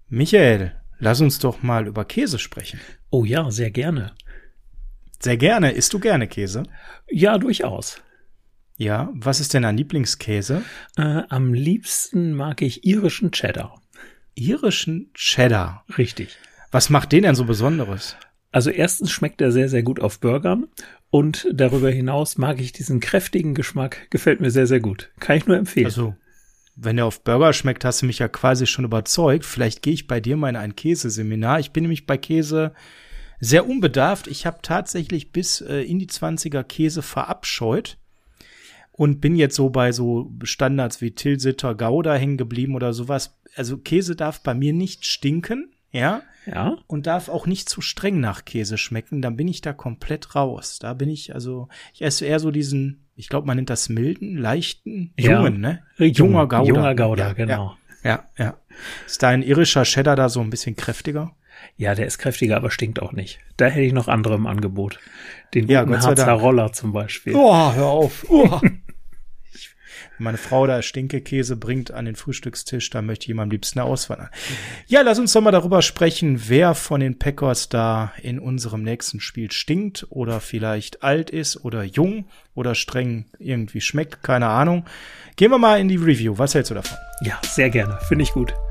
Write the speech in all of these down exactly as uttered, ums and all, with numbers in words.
Michael, lass uns doch mal über Käse sprechen. Oh ja, sehr gerne. Sehr gerne. Isst du gerne Käse? Ja, durchaus. Ja, was ist denn dein Lieblingskäse? Äh, am liebsten mag ich irischen Cheddar. Irischen Cheddar? Richtig. Was macht den denn so Besonderes? Also erstens schmeckt er sehr, sehr gut auf Burgern und darüber hinaus mag ich diesen kräftigen Geschmack, gefällt mir sehr, sehr gut. Kann ich nur empfehlen. Also, wenn der auf Burger schmeckt, hast du mich ja quasi schon überzeugt. Vielleicht gehe ich bei dir mal in ein Käseseminar. Ich bin nämlich bei Käse sehr unbedarft. Ich habe tatsächlich bis äh, in die zwanziger Käse verabscheut und bin jetzt so bei so Standards wie Tilsiter, Gouda hängen geblieben oder sowas. Also Käse darf bei mir nicht stinken, ja? Ja. Und darf auch nicht zu streng nach Käse schmecken. Dann bin ich da komplett raus. Da bin ich, also, ich esse eher so diesen, ich glaube, man nennt das milden, leichten, jungen, ja. ne? Jung, Junger Gouda. Junger Gouda, ja, genau. Ja, ja, ja. Ist dein irischer Cheddar da so ein bisschen kräftiger? Ja, der ist kräftiger, aber stinkt auch nicht. Da hätte ich noch andere im Angebot. Den Ja, guten Gott sei Harzer Dank. Roller zum Beispiel. Oh, hör auf. Oh. Ich, wenn meine Frau da Stinkekäse bringt an den Frühstückstisch, da möchte ich ihm am liebsten auswandern. Ja, lass uns doch mal darüber sprechen, wer von den Packers da in unserem nächsten Spiel stinkt oder vielleicht alt ist oder jung oder streng irgendwie schmeckt, keine Ahnung. Gehen wir mal in die Review. Was hältst du davon? Ja, sehr gerne. Finde ich gut.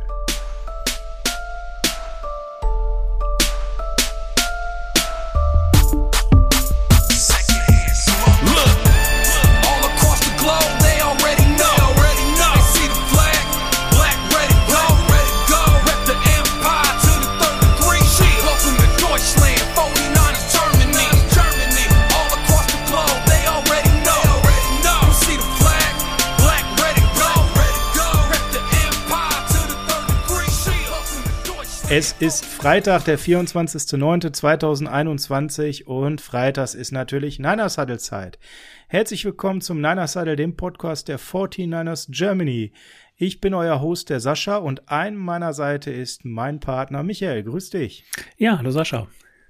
Es ist Freitag, der vierundzwanzigster neunter zweitausendeinundzwanzig und freitags ist natürlich Niners Huddle Zeit. Herzlich willkommen zum Niners Huddle, dem Podcast der forty-niners Germany. Ich bin euer Host, der Sascha, und an meiner Seite ist mein Partner Michael. Grüß dich. Ja, hallo Sascha.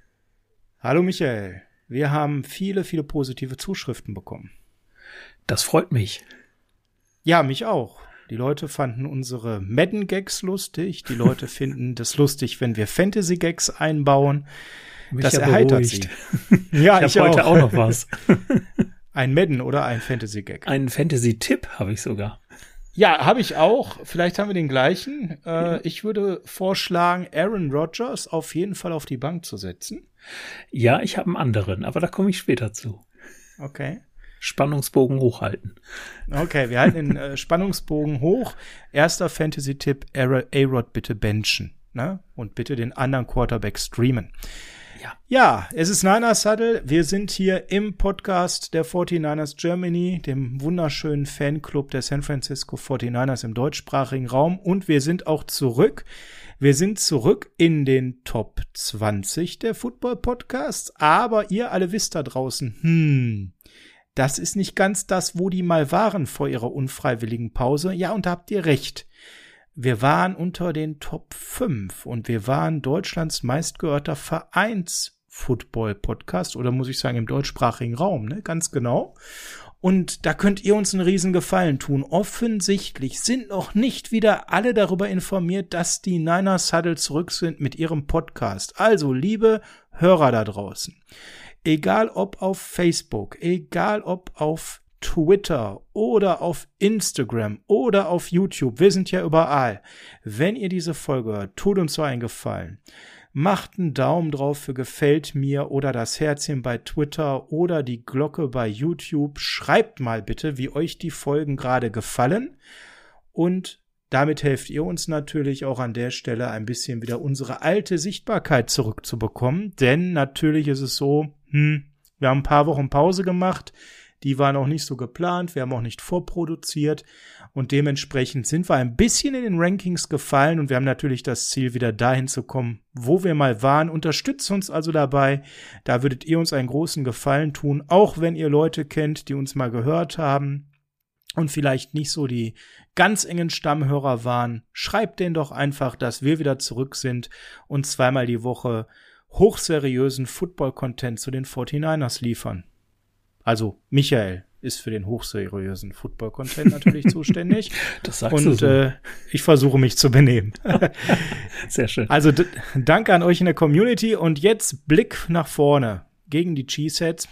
Hallo Michael. Wir haben viele, viele positive Zuschriften bekommen. Das freut mich. Ja, mich auch. Die Leute fanden unsere Madden-Gags lustig. Die Leute finden das lustig, wenn wir Fantasy-Gags einbauen. Mich das ja erheitert beruhigt. sie. Ja, ich habe heute auch noch was. Ein Madden oder ein Fantasy-Gag? Einen Fantasy-Tipp habe ich sogar. Ja, habe ich auch. Vielleicht haben wir den gleichen. Äh, ich würde vorschlagen, Aaron Rodgers auf jeden Fall auf die Bank zu setzen. Ja, ich habe einen anderen, aber da komme ich später zu. Okay. Spannungsbogen hochhalten. Okay, wir halten den äh, Spannungsbogen hoch. Erster Fantasy-Tipp, A-Rod bitte benchen, ne? Und bitte den anderen Quarterback streamen. Ja. Ja, es ist Niners Huddle. Wir sind hier im Podcast der forty-niners Germany, dem wunderschönen Fanclub der San Francisco forty-niners im deutschsprachigen Raum. Und wir sind auch zurück. Wir sind zurück in den Top zwanzig der Football-Podcasts. Aber ihr alle wisst da draußen, hm, das ist nicht ganz das, wo die mal waren vor ihrer unfreiwilligen Pause. Ja, und da habt ihr recht. Wir waren unter den Top fünf und wir waren Deutschlands meistgehörter Vereins-Football-Podcast oder muss ich sagen im deutschsprachigen Raum, ne? Ganz genau. Und da könnt ihr uns einen riesen Gefallen tun. Offensichtlich sind noch nicht wieder alle darüber informiert, dass die Niners Huddle zurück sind mit ihrem Podcast. Also, liebe Hörer da draußen, egal ob auf Facebook, egal ob auf Twitter oder auf Instagram oder auf YouTube, wir sind ja überall. Wenn ihr diese Folge hört, tut uns so einen Gefallen. Macht einen Daumen drauf für gefällt mir oder das Herzchen bei Twitter oder die Glocke bei YouTube. Schreibt mal bitte, wie euch die Folgen gerade gefallen. Und damit helft ihr uns natürlich auch an der Stelle ein bisschen wieder unsere alte Sichtbarkeit zurückzubekommen. Denn natürlich ist es so, hm, wir haben ein paar Wochen Pause gemacht. Die waren auch nicht so geplant, wir haben auch nicht vorproduziert und dementsprechend sind wir ein bisschen in den Rankings gefallen und wir haben natürlich das Ziel, wieder dahin zu kommen, wo wir mal waren. Unterstützt uns also dabei, da würdet ihr uns einen großen Gefallen tun, auch wenn ihr Leute kennt, die uns mal gehört haben und vielleicht nicht so die ganz engen Stammhörer waren. Schreibt denen doch einfach, dass wir wieder zurück sind und zweimal die Woche hochseriösen Football-Content zu den forty-niners liefern. Also, Michael, ist für den hochseriösen Football-Content natürlich zuständig. Das sagst und, du so. äh, ich versuche mich zu benehmen. Sehr schön. Also d- danke an euch in der Community und jetzt Blick nach vorne gegen die Cheeseheads.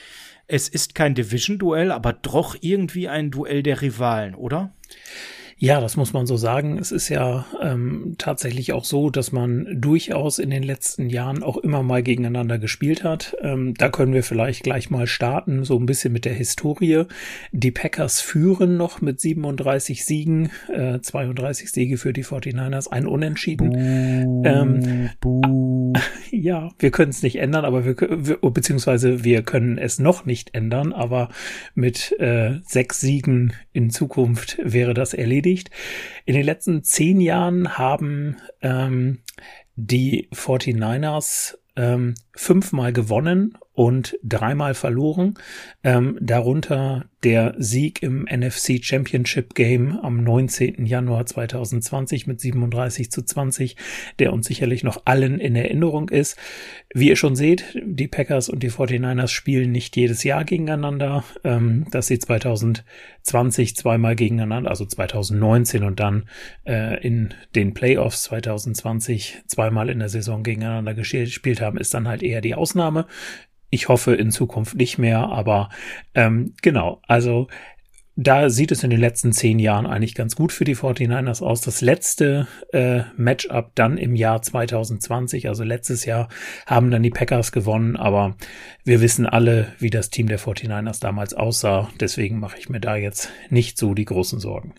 Es ist kein Division-Duell, aber doch irgendwie ein Duell der Rivalen, oder? Ja, das muss man so sagen. Es ist ja ähm, tatsächlich auch so, dass man durchaus in den letzten Jahren auch immer mal gegeneinander gespielt hat. Ähm, da können wir vielleicht gleich mal starten, so ein bisschen mit der Historie. Die Packers führen noch mit siebenunddreißig Siegen, äh, zweiunddreißig Siege für die forty-niners, ein Unentschieden. Buh, ähm, buh. Ja, wir können es nicht ändern, aber wir, wir beziehungsweise wir können es noch nicht ändern, aber mit äh, sechs Siegen in Zukunft wäre das erledigt. In den letzten zehn Jahren haben ähm, die forty-niners ähm, fünfmal gewonnen und dreimal verloren. Ähm, darunter der Sieg im N F C Championship Game am neunzehnten Januar zweitausendzwanzig mit siebenunddreißig zu zwanzig, der uns sicherlich noch allen in Erinnerung ist. Wie ihr schon seht, die Packers und die forty-niners spielen nicht jedes Jahr gegeneinander. Ähm, dass sie zweitausendzwanzig zweimal gegeneinander, also zweitausendneunzehn und dann äh, in den Playoffs zweitausendzwanzig zweimal in der Saison gegeneinander gespielt haben, ist dann halt eher die Ausnahme. Ich hoffe in Zukunft nicht mehr, aber ähm, genau, also da sieht es in den letzten zehn Jahren eigentlich ganz gut für die forty-niners aus. Das letzte äh, Matchup dann im Jahr zweitausendzwanzig, also letztes Jahr, haben dann die Packers gewonnen, aber wir wissen alle, wie das Team der forty-niners damals aussah. Deswegen mache ich mir da jetzt nicht so die großen Sorgen.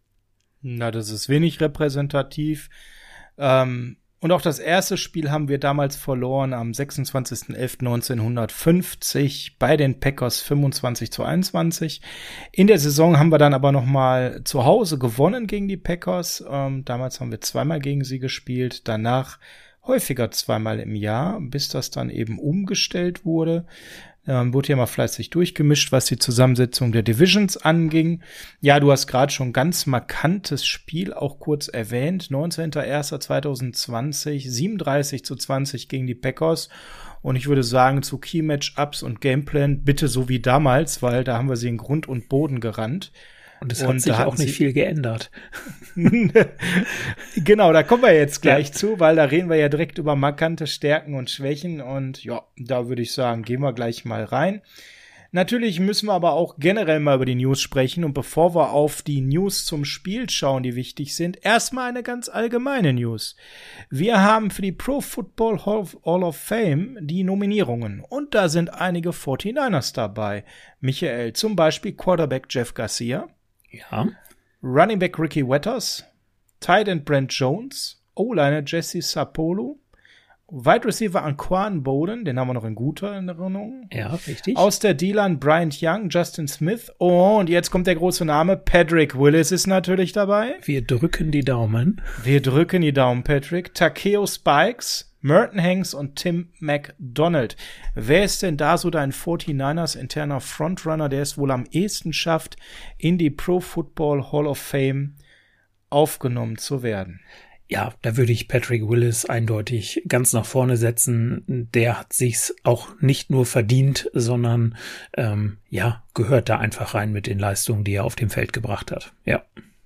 Na, das ist wenig repräsentativ. Ähm Und auch das erste Spiel haben wir damals verloren am sechsundzwanzigsten elften neunzehnhundertfünfzig bei den Packers fünfundzwanzig zu einundzwanzig. In der Saison haben wir dann aber noch mal zu Hause gewonnen gegen die Packers. Ähm, damals haben wir zweimal gegen sie gespielt, danach häufiger zweimal im Jahr, bis das dann eben umgestellt wurde. Ähm, wurde ja mal fleißig durchgemischt, was die Zusammensetzung der Divisions anging. Ja, du hast gerade schon ganz markantes Spiel auch kurz erwähnt. neunzehnten ersten zweitausendzwanzig, siebenunddreißig zu zwanzig gegen die Packers. Und ich würde sagen, zu Key-Match-Ups und Gameplan bitte so wie damals, weil da haben wir sie in Grund und Boden gerannt. Und es hat sich auch nicht viel geändert. Genau, da kommen wir jetzt gleich ja. zu, weil da reden wir ja direkt über markante Stärken und Schwächen. Und ja, da würde ich sagen, gehen wir gleich mal rein. Natürlich müssen wir aber auch generell mal über die News sprechen. Und bevor wir auf die News zum Spiel schauen, die wichtig sind, erstmal eine ganz allgemeine News. Wir haben für die Pro Football Hall of Fame die Nominierungen. Und da sind einige forty-niners dabei. Michael, zum Beispiel Quarterback Jeff Garcia. Ja. Running Back Ricky Wetters, Tight End Brent Jones, O-Liner Jesse Sapolo, Wide Receiver Anquan Bowden, den haben wir noch in guter Erinnerung. Ja, richtig. Aus der D-Line Bryant Young, Justin Smith und jetzt kommt der große Name, Patrick Willis ist natürlich dabei. Wir drücken die Daumen. Wir drücken die Daumen, Patrick. Takeo Spikes, Merton Hanks und Tim McDonald. Wer ist denn da so dein forty-niners interner Frontrunner, der es wohl am ehesten schafft, in die Pro Football Hall of Fame aufgenommen zu werden? Ja, da würde ich Patrick Willis eindeutig ganz nach vorne setzen. Der hat sich's auch nicht nur verdient, sondern ähm, ja, gehört da einfach rein mit den Leistungen, die er auf dem Feld gebracht hat. Ja.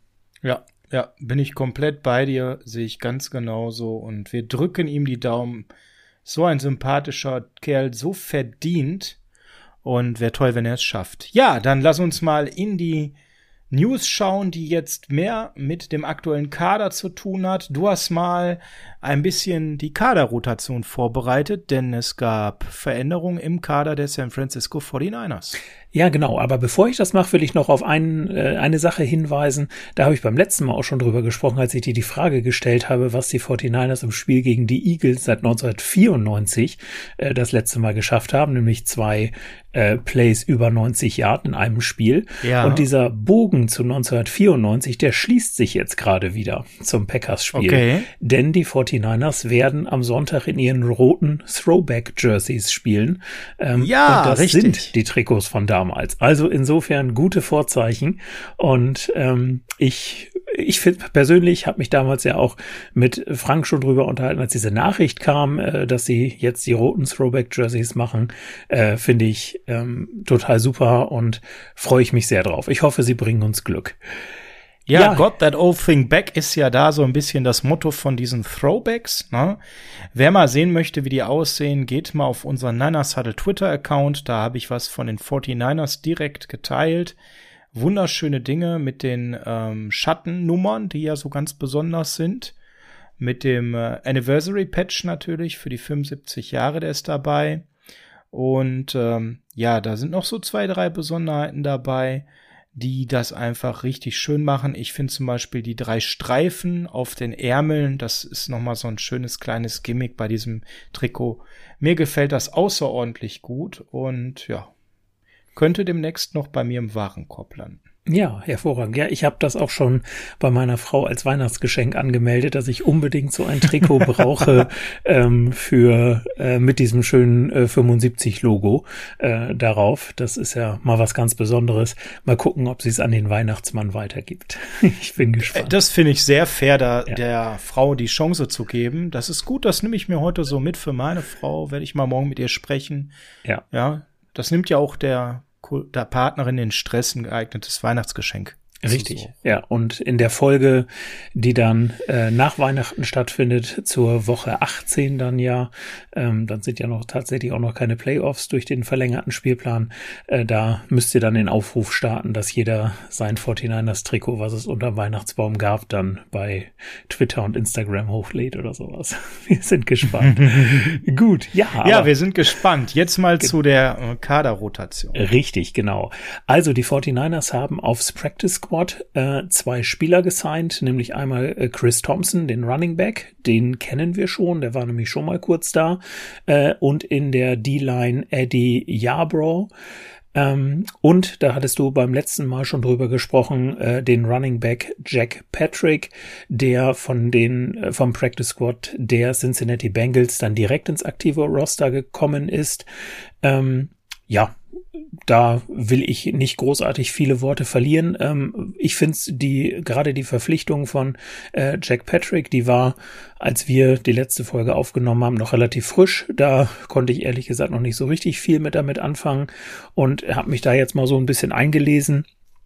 Ja. Ja, bin ich komplett bei dir, sehe ich ganz genauso. Und wir drücken ihm die Daumen. So ein sympathischer Kerl, so verdient. Und wäre toll, wenn er es schafft. Ja, dann lass uns mal in die News schauen, die jetzt mehr mit dem aktuellen Kader zu tun hat. Du hast mal ein bisschen die Kaderrotation vorbereitet, denn es gab Veränderungen im Kader der San Francisco forty-niners. Ja, genau. Aber bevor ich das mache, will ich noch auf ein, äh, eine Sache hinweisen. Da habe ich beim letzten Mal auch schon drüber gesprochen, als ich dir die Frage gestellt habe, was die forty-niners im Spiel gegen die Eagles seit neunzehnhundertvierundneunzig äh, das letzte Mal geschafft haben, nämlich zwei äh, Plays über neunzig Yard in einem Spiel. Ja. Und dieser Bogen zu neunzehnhundertvierundneunzig, der schließt sich jetzt gerade wieder zum Packers-Spiel. Okay. Denn die forty-niners werden am Sonntag in ihren roten Throwback-Jerseys spielen. Ähm, ja, und das richtig. sind die Trikots von damals. damals. Also insofern gute Vorzeichen. Und ähm, ich ich finde persönlich, habe mich damals ja auch mit Frank schon drüber unterhalten, als diese Nachricht kam, äh, dass sie jetzt die roten Throwback-Jerseys machen, äh, finde ich ähm, total super und freue ich mich sehr drauf. Ich hoffe, sie bringen uns Glück. Ja, Ja. Got That Old Thing Back ist ja da so ein bisschen das Motto von diesen Throwbacks, ne? Wer mal sehen möchte, wie die aussehen, geht mal auf unseren Niners Huddle Twitter-Account. Da habe ich was von den forty-niners direkt geteilt. Wunderschöne Dinge mit den ähm, Schattennummern, die ja so ganz besonders sind. Mit dem äh, Anniversary Patch natürlich für die fünfundsiebzig Jahre, der ist dabei. Und ähm, ja, da sind noch so zwei, drei Besonderheiten dabei, die das einfach richtig schön machen. Ich finde zum Beispiel die drei Streifen auf den Ärmeln, das ist nochmal so ein schönes kleines Gimmick bei diesem Trikot. Mir gefällt das außerordentlich gut und ja, könnte demnächst noch bei mir im Warenkorb landen. Ja, hervorragend. Ja, ich habe das auch schon bei meiner Frau als Weihnachtsgeschenk angemeldet, dass ich unbedingt so ein Trikot brauche ähm, für äh, mit diesem schönen äh, fünfundsiebzig-Logo äh, darauf. Das ist ja mal was ganz Besonderes. Mal gucken, ob sie es an den Weihnachtsmann weitergibt. Ich bin gespannt. Das finde ich sehr fair, da Ja. der Frau die Chance zu geben. Das ist gut, das nehme ich mir heute so mit für meine Frau. Werde ich mal morgen mit ihr sprechen. Ja. Ja, das nimmt ja auch der der Partnerin den Stress, ein geeignetes Weihnachtsgeschenk. Richtig, So. ja. Und in der Folge, die dann äh, nach Weihnachten stattfindet, zur Woche achtzehn dann ja, ähm, dann sind ja noch tatsächlich auch noch keine Playoffs durch den verlängerten Spielplan. Äh, da müsst ihr dann den Aufruf starten, dass jeder sein forty-niners-Trikot, was es unter Weihnachtsbaum gab, dann bei Twitter und Instagram hochlädt oder sowas. Wir sind gespannt. Gut, ja. Ja, aber wir sind gespannt. Jetzt mal zu der äh, Kaderrotation. Richtig, genau. Also die forty-niners haben aufs Practice Squad äh, zwei Spieler gesigned, nämlich einmal äh, Chris Thompson, den Running Back, den kennen wir schon, der war nämlich schon mal kurz da, äh, und in der D-Line Eddie Yarbrough. Ähm, und da hattest du beim letzten Mal schon drüber gesprochen, äh, den Running Back Jack Patrick, der von den äh, vom Practice Squad der Cincinnati Bengals dann direkt ins aktive Roster gekommen ist. Ähm, ja, da will ich nicht großartig viele Worte verlieren. Ähm, ich finde die gerade die Verpflichtung von äh, Jack Patrick, die war, als wir die letzte Folge aufgenommen haben, noch relativ frisch. Da konnte ich ehrlich gesagt noch nicht so richtig viel mit damit anfangen und habe mich da jetzt mal so ein bisschen eingelesen.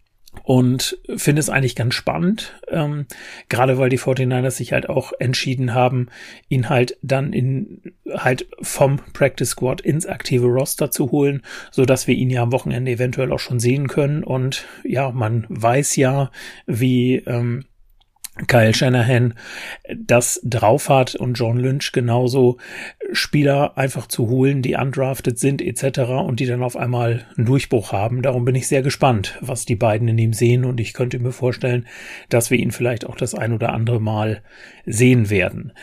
Und finde es eigentlich ganz spannend, ähm, gerade weil die forty-niners sich halt auch entschieden haben, ihn halt dann in halt vom Practice Squad ins aktive Roster zu holen, so dass wir ihn ja am Wochenende eventuell auch schon sehen können. Und ja, man weiß ja, wie ähm, Kyle Shanahan das drauf hat und John Lynch genauso, Spieler einfach zu holen, die undrafted sind et cetera und die dann auf einmal einen Durchbruch haben. Darum bin ich sehr gespannt, was die beiden in ihm sehen und ich könnte mir vorstellen, dass wir ihn vielleicht auch das ein oder andere Mal sehen werden.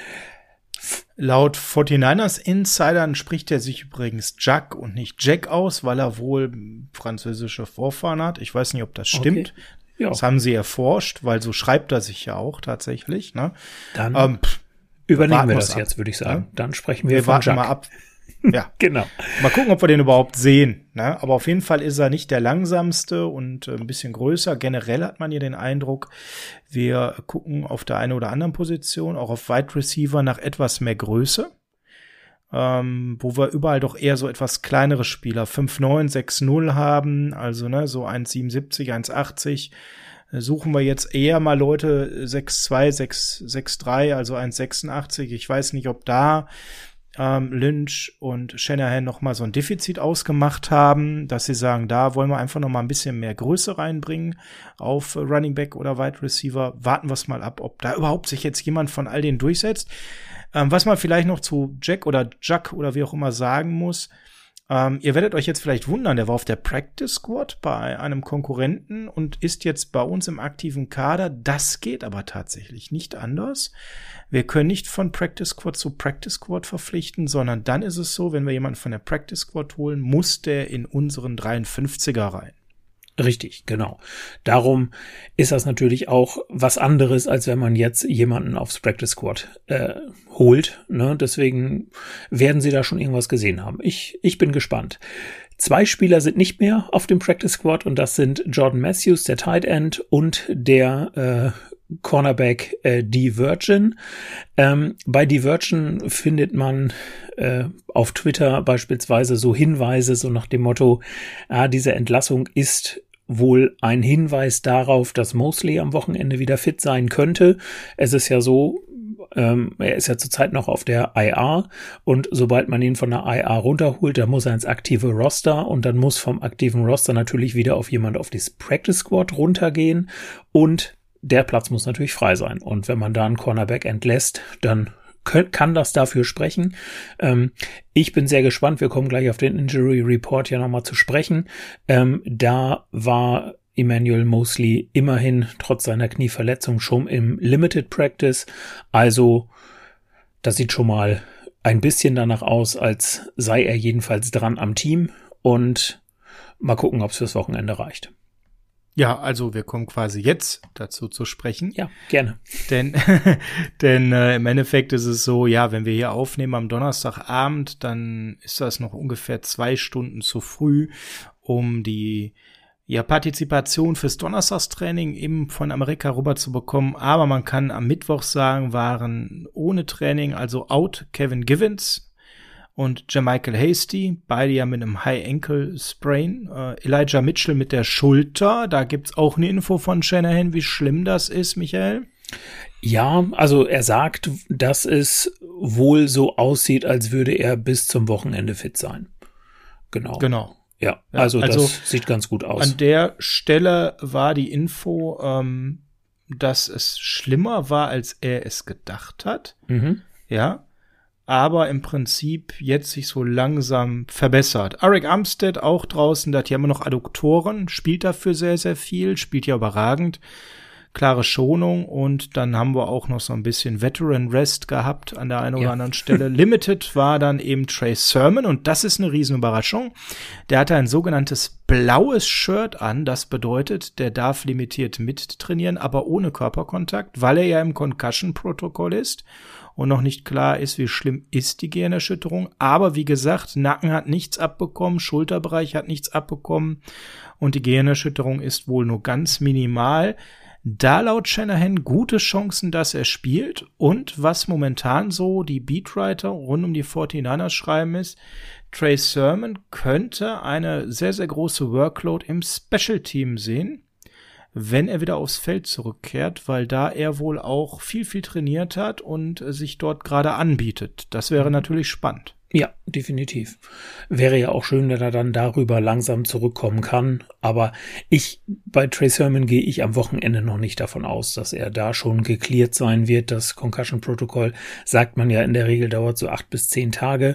Laut forty-niners Insidern spricht er sich übrigens Jack und nicht Jack aus, weil er wohl französische Vorfahren hat. Ich weiß nicht, ob das stimmt. Okay. Ja. Das haben sie erforscht, weil so schreibt er sich ja auch tatsächlich. Ne? Dann ähm, pff, übernehmen wir das ab. jetzt, würde ich sagen. Ja? Dann sprechen wir, wir von warten Jack. mal ab. Ja, genau. Mal gucken, ob wir den überhaupt sehen. Ne? Aber auf jeden Fall ist er nicht der langsamste und äh, ein bisschen größer. Generell hat man hier den Eindruck, wir gucken auf der einen oder anderen Position, auch auf Wide Receiver, nach etwas mehr Größe. Ähm, wo wir überall doch eher so etwas kleinere Spieler, fünf neun, sechs null haben, also ne, so eins siebenundsiebzig, eins achtzig. Äh, suchen wir jetzt eher mal Leute sechs zwei, sechs drei, also eins sechsundachtzig. Ich weiß nicht, ob da ähm, Lynch und Shanahan noch mal so ein Defizit ausgemacht haben, dass sie sagen, da wollen wir einfach noch mal ein bisschen mehr Größe reinbringen auf äh, Running Back oder Wide Receiver. Warten wir es mal ab, ob da überhaupt sich jetzt jemand von all denen durchsetzt. Ähm, was man vielleicht noch zu Jack oder Jack oder wie auch immer sagen muss, ähm, ihr werdet euch jetzt vielleicht wundern, der war auf der Practice Squad bei einem Konkurrenten und ist jetzt bei uns im aktiven Kader. Das geht aber tatsächlich nicht anders. Wir können nicht von Practice Squad zu Practice Squad verpflichten, sondern dann ist es so, wenn wir jemanden von der Practice Squad holen, muss der in unseren dreiundfünfziger rein. Richtig, genau. Darum ist das natürlich auch was anderes, als wenn man jetzt jemanden aufs Practice Squad äh, holt. Ne? Deswegen werden sie da schon irgendwas gesehen haben. Ich, ich bin gespannt. Zwei Spieler sind nicht mehr auf dem Practice Squad und das sind Jordan Matthews, der Tight End, und der äh, Cornerback äh, Divergin. Ähm, bei Divergin findet man äh, auf Twitter beispielsweise so Hinweise, so nach dem Motto, ah, diese Entlassung ist wohl ein Hinweis darauf, dass Mosley am Wochenende wieder fit sein könnte. Es ist ja so, ähm, er ist ja zurzeit noch auf der I R und sobald man ihn von der I R runterholt, dann muss er ins aktive Roster und dann muss vom aktiven Roster natürlich wieder auf jemand auf das Practice Squad runtergehen und der Platz muss natürlich frei sein. Und wenn man da einen Cornerback entlässt, dann könnt, kann das dafür sprechen. Ähm, ich bin sehr gespannt. Wir kommen gleich auf den Injury Report ja nochmal zu sprechen. Ähm, da war Emmanuel Mosley immerhin trotz seiner Knieverletzung schon im Limited Practice. Also das sieht schon mal ein bisschen danach aus, als sei er jedenfalls dran am Team. Und mal gucken, ob es fürs Wochenende reicht. Ja, also wir kommen quasi jetzt dazu zu sprechen. Ja, gerne. Denn, denn äh, im Endeffekt ist es so, ja, wenn wir hier aufnehmen am Donnerstagabend, dann ist das noch ungefähr zwei Stunden zu früh, um die ja, Partizipation fürs Donnerstagstraining eben von Amerika rüber zu bekommen. Aber man kann am Mittwoch sagen, waren ohne Training, also out Kevin Givens und Jermichael Hasty, beide ja mit einem High Ankle Sprain. Äh, Elijah Mitchell mit der Schulter, da gibt's auch eine Info von Shanahan, wie schlimm das ist, Michael. Ja, also er sagt, dass es wohl so aussieht, als würde er bis zum Wochenende fit sein. Genau. Genau. Ja, also, also das sieht ganz gut aus. An der Stelle war die Info, ähm, dass es schlimmer war, als er es gedacht hat. Mhm. Ja. Aber im Prinzip jetzt sich so langsam verbessert. Arik Armstead auch draußen, der hat ja immer noch Adduktoren, spielt dafür sehr, sehr viel, spielt ja überragend. Klare Schonung und dann haben wir auch noch so ein bisschen Veteran Rest gehabt an der einen oder ja. anderen Stelle. Limited war dann eben Trey Sermon und das ist eine Riesenüberraschung. Der hatte ein sogenanntes blaues Shirt an, das bedeutet, der darf limitiert mittrainieren, aber ohne Körperkontakt, weil er ja im Concussion-Protokoll ist. Und noch nicht klar ist, wie schlimm ist die Gehirnerschütterung. Aber wie gesagt, Nacken hat nichts abbekommen, Schulterbereich hat nichts abbekommen und die Gehirnerschütterung ist wohl nur ganz minimal. Da laut Shanahan gute Chancen, dass er spielt. Und was momentan so die Beatwriter rund um die forty-niners schreiben ist, Trey Sermon könnte eine sehr, sehr große Workload im Special Team sehen, wenn er wieder aufs Feld zurückkehrt, weil da er wohl auch viel, viel trainiert hat und sich dort gerade anbietet. Das wäre natürlich spannend. Ja, definitiv. Wäre ja auch schön, wenn er dann darüber langsam zurückkommen kann. Aber ich, bei Trey Sermon gehe ich am Wochenende noch nicht davon aus, dass er da schon geklärt sein wird. Das Concussion-Protokoll, sagt man ja in der Regel, dauert so acht bis zehn Tage.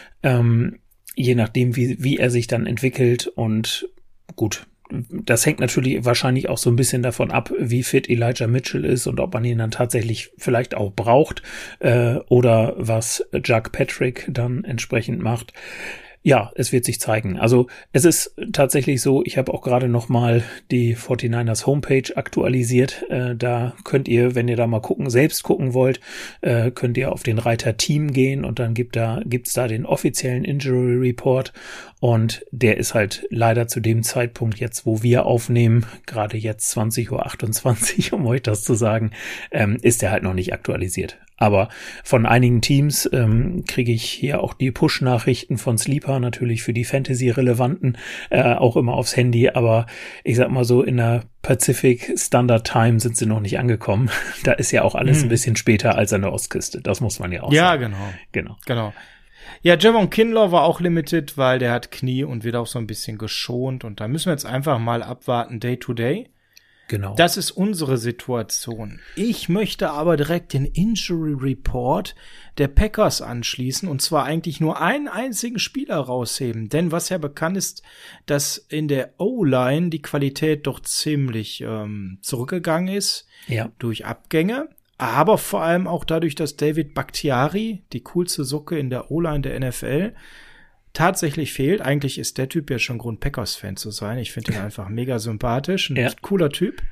Ähm, je nachdem, wie, wie er sich dann entwickelt. Und gut, das hängt natürlich wahrscheinlich auch so ein bisschen davon ab, wie fit Elijah Mitchell ist und ob man ihn dann tatsächlich vielleicht auch braucht äh, oder was Jack Patrick dann entsprechend macht. Ja, es wird sich zeigen. Also es ist tatsächlich so, ich habe auch gerade noch mal die forty-niners Homepage aktualisiert. Äh, da könnt ihr, wenn ihr da mal gucken, selbst gucken wollt, äh, könnt ihr auf den Reiter Team gehen und dann gibt da gibt's da den offiziellen Injury Report und der ist halt leider zu dem Zeitpunkt jetzt, wo wir aufnehmen, gerade jetzt zwanzig Uhr achtundzwanzig, um euch das zu sagen, ähm, ist der halt noch nicht aktualisiert. Aber von einigen Teams ähm, kriege ich hier auch die Push-Nachrichten von Sleeper, natürlich für die Fantasy-Relevanten, äh, auch immer aufs Handy. Aber ich sag mal so, in der Pacific Standard Time sind sie noch nicht angekommen. Da ist ja auch alles hm. ein bisschen später als an der Ostküste. Das muss man ja auch ja, sagen. Ja, genau. Genau. Genau. Ja, Javon Kinlaw war auch limited, weil der hat Knie und wird auch so ein bisschen geschont. Und da müssen wir jetzt einfach mal abwarten, Day to Day. Genau. Das ist unsere Situation. Ich möchte aber direkt den Injury Report der Packers anschließen und zwar eigentlich nur einen einzigen Spieler rausheben. Denn was ja bekannt ist, dass in der O-Line die Qualität doch ziemlich ähm, zurückgegangen ist ja. durch Abgänge. Aber vor allem auch dadurch, dass David Bakhtiari, die coolste Socke in der O-Line der N F L, tatsächlich fehlt. Eigentlich ist der Typ ja schon Grund, Packers-Fan zu sein. Ich finde ihn einfach mega sympathisch. Ein ja. cooler Typ.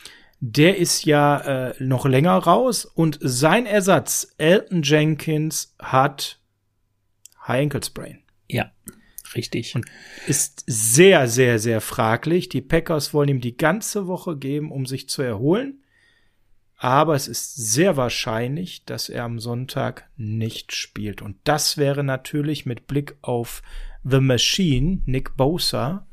Der ist ja äh, noch länger raus. Und sein Ersatz, Elton Jenkins, hat High Ankle Sprain. Ja, Richtig. Und ist sehr, sehr, sehr fraglich. Die Packers wollen ihm die ganze Woche geben, um sich zu erholen. Aber es ist sehr wahrscheinlich, dass er am Sonntag nicht spielt. Und das wäre natürlich mit Blick auf The Machine, Nick Bosa,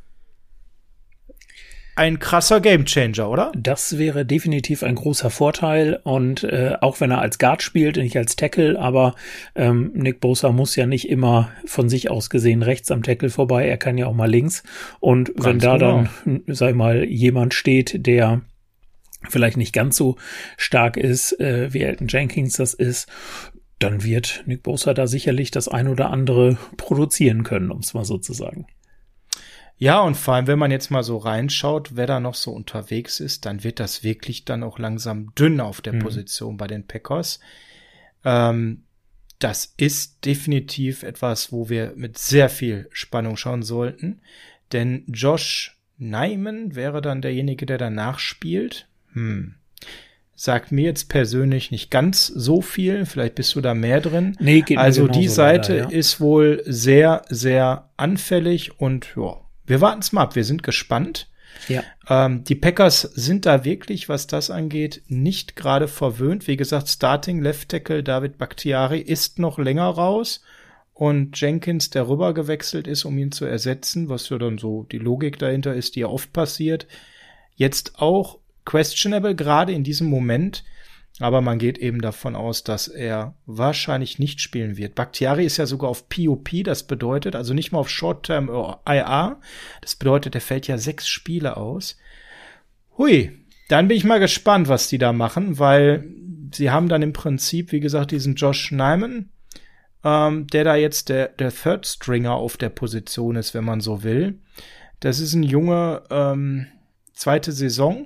ein krasser Gamechanger, oder? Das wäre definitiv ein großer Vorteil und äh, auch wenn er als Guard spielt, nicht als Tackle, aber ähm, Nick Bosa muss ja nicht immer von sich aus gesehen rechts am Tackle vorbei, er kann ja auch mal links und Ganz wenn da genau. dann, sag ich mal, jemand steht, der vielleicht nicht ganz so stark ist, äh, wie Elgton Jenkins das ist, dann wird Nick Bosa da sicherlich das ein oder andere produzieren können, um es mal so zu sagen. Ja, und vor allem, wenn man jetzt mal so reinschaut, wer da noch so unterwegs ist, dann wird das wirklich dann auch langsam dünn auf der mhm. Position bei den Packers. Ähm, das ist definitiv etwas, wo wir mit sehr viel Spannung schauen sollten. Denn Josh Nijman wäre dann derjenige, der danach spielt. Hm. Sagt mir jetzt persönlich nicht ganz so viel. Vielleicht bist du da mehr drin. Nee, geht also mir die Seite leider, ja. ist wohl sehr, sehr anfällig und ja, wir warten es mal ab, wir sind gespannt. Ja. Ähm, die Packers sind da wirklich, was das angeht, nicht gerade verwöhnt. Wie gesagt, Starting Left Tackle David Bakhtiari ist noch länger raus und Jenkins, der rüber gewechselt ist, um ihn zu ersetzen, was ja dann so die Logik dahinter ist, die ja oft passiert, jetzt auch questionable, gerade in diesem Moment. Aber man geht eben davon aus, dass er wahrscheinlich nicht spielen wird. Bakhtiari ist ja sogar auf P O P, das bedeutet, also nicht mal auf Short-Term I R. Das bedeutet, er fällt ja sechs Spiele aus. Hui, dann bin ich mal gespannt, was die da machen, weil sie haben dann im Prinzip, wie gesagt, diesen Josh Nijman, ähm, der da jetzt der, der Third Stringer auf der Position ist, wenn man so will. Das ist ein Junge, ähm, zweite Saison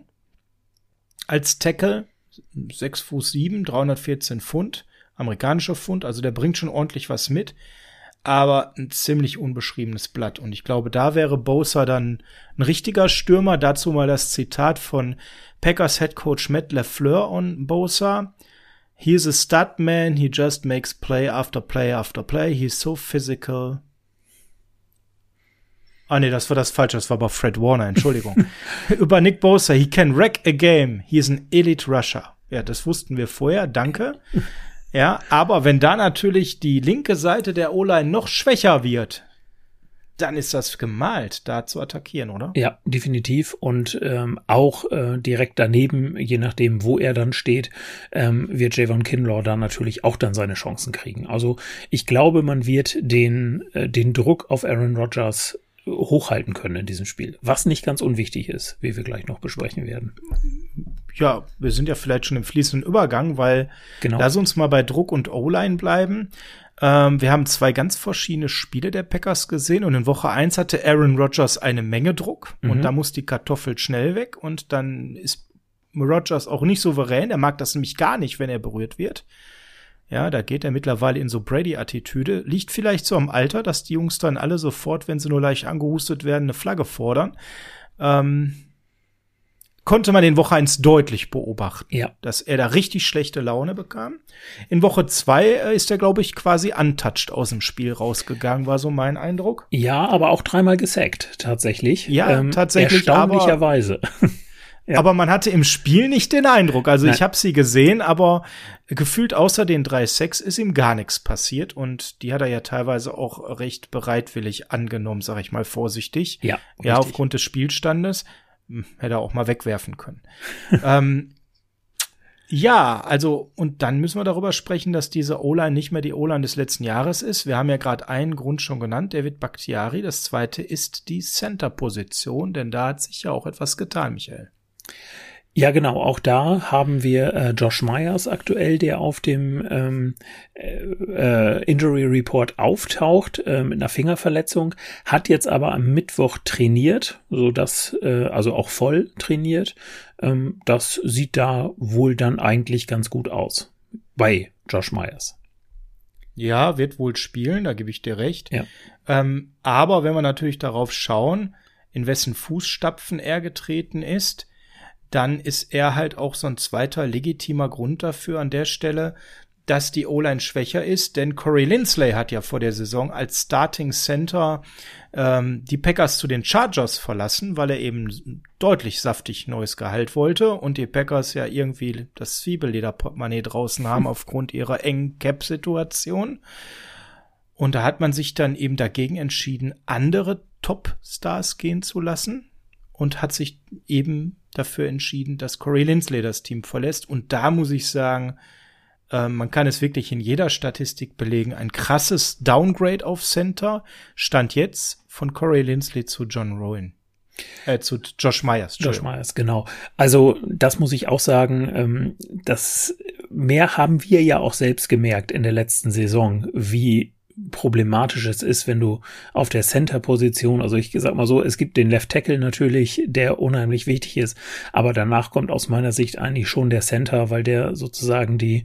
als Tackle, sechs Fuß sieben, dreihundertvierzehn Pfund, amerikanischer Pfund, also der bringt schon ordentlich was mit, aber ein ziemlich unbeschriebenes Blatt. Und ich glaube, da wäre Bosa dann ein richtiger Stürmer. Dazu mal das Zitat von Packers Head Coach Matt LaFleur on Bosa. He's a stud man, he just makes play after play after play, he's so physical. Ah nee, das war das Falsche, das war aber Fred Warner, Entschuldigung. Über Nick Bosa, he can wreck a game, he is an elite rusher. Ja, das wussten wir vorher, danke. Ja, aber wenn da natürlich die linke Seite der O-Line noch schwächer wird, dann ist das gemalt, da zu attackieren, oder? Ja, definitiv. Und ähm, auch äh, direkt daneben, je nachdem, wo er dann steht, ähm, wird Javon Kinlaw da natürlich auch dann seine Chancen kriegen. Also ich glaube, man wird den, äh, den Druck auf Aaron Rodgers hochhalten können in diesem Spiel, was nicht ganz unwichtig ist, wie wir gleich noch besprechen werden. Ja, wir sind ja vielleicht schon im fließenden Übergang, weil genau. Lass uns mal bei Druck und O-Line bleiben. Ähm, wir haben zwei ganz verschiedene Spiele der Packers gesehen und in Woche eins hatte Aaron Rodgers eine Menge Druck mhm. und da muss die Kartoffel schnell weg und dann ist Rodgers auch nicht souverän, er mag das nämlich gar nicht, wenn er berührt wird. Ja, da geht er mittlerweile in so Brady-Attitüde. Liegt vielleicht so am Alter, dass die Jungs dann alle sofort, wenn sie nur leicht angehustet werden, eine Flagge fordern. Ähm, konnte man in Woche eins deutlich beobachten, ja. dass er da richtig schlechte Laune bekam. In Woche zwei äh, ist er, glaube ich, quasi untouched aus dem Spiel rausgegangen, war so mein Eindruck. Ja, aber auch dreimal gesackt, tatsächlich. Ja, ähm, tatsächlich. Erstaunlicherweise. Aber Ja. Aber man hatte im Spiel nicht den Eindruck. Also Nein. ich habe sie gesehen, aber gefühlt außer den drei Sacks ist ihm gar nichts passiert. Und die hat er ja teilweise auch recht bereitwillig angenommen, sag ich mal vorsichtig. Ja, ja, aufgrund des Spielstandes. Hätte er auch mal wegwerfen können. ähm, ja, also und dann müssen wir darüber sprechen, dass diese O-Line nicht mehr die O-Line des letzten Jahres ist. Wir haben ja gerade einen Grund schon genannt, David Bakhtiari. Das zweite ist die Center-Position, denn da hat sich ja auch etwas getan, Michael. Ja, genau. Auch da haben wir äh, Josh Myers aktuell, der auf dem ähm, äh, Injury Report auftaucht äh, mit einer Fingerverletzung, hat jetzt aber am Mittwoch trainiert, so dass äh, also auch voll trainiert. Ähm, das sieht da wohl dann eigentlich ganz gut aus bei Josh Myers. Ja, wird wohl spielen, da gebe ich dir recht. Ja. Ähm, aber wenn wir natürlich darauf schauen, in wessen Fußstapfen er getreten ist, dann ist er halt auch so ein zweiter legitimer Grund dafür an der Stelle, dass die O-Line schwächer ist, denn Corey Linsley hat ja vor der Saison als Starting Center ähm, die Packers zu den Chargers verlassen, weil er eben deutlich saftig neues Gehalt wollte und die Packers ja irgendwie das Zwiebelleder-Portemonnaie draußen haben aufgrund ihrer engen Cap-Situation. Und da hat man sich dann eben dagegen entschieden, andere Top-Stars gehen zu lassen und hat sich eben dafür entschieden, dass Corey Linsley das Team verlässt. Und da muss ich sagen, äh, man kann es wirklich in jeder Statistik belegen, ein krasses Downgrade auf Center stand jetzt von Corey Linsley zu John Rowan. Äh, zu Josh Myers. Josh Myers, genau. Also das muss ich auch sagen, ähm, das mehr haben wir ja auch selbst gemerkt in der letzten Saison, wie problematisch es ist, wenn du auf der Center-Position, also ich sag mal so, es gibt den Left Tackle natürlich, der unheimlich wichtig ist, aber danach kommt aus meiner Sicht eigentlich schon der Center, weil der sozusagen die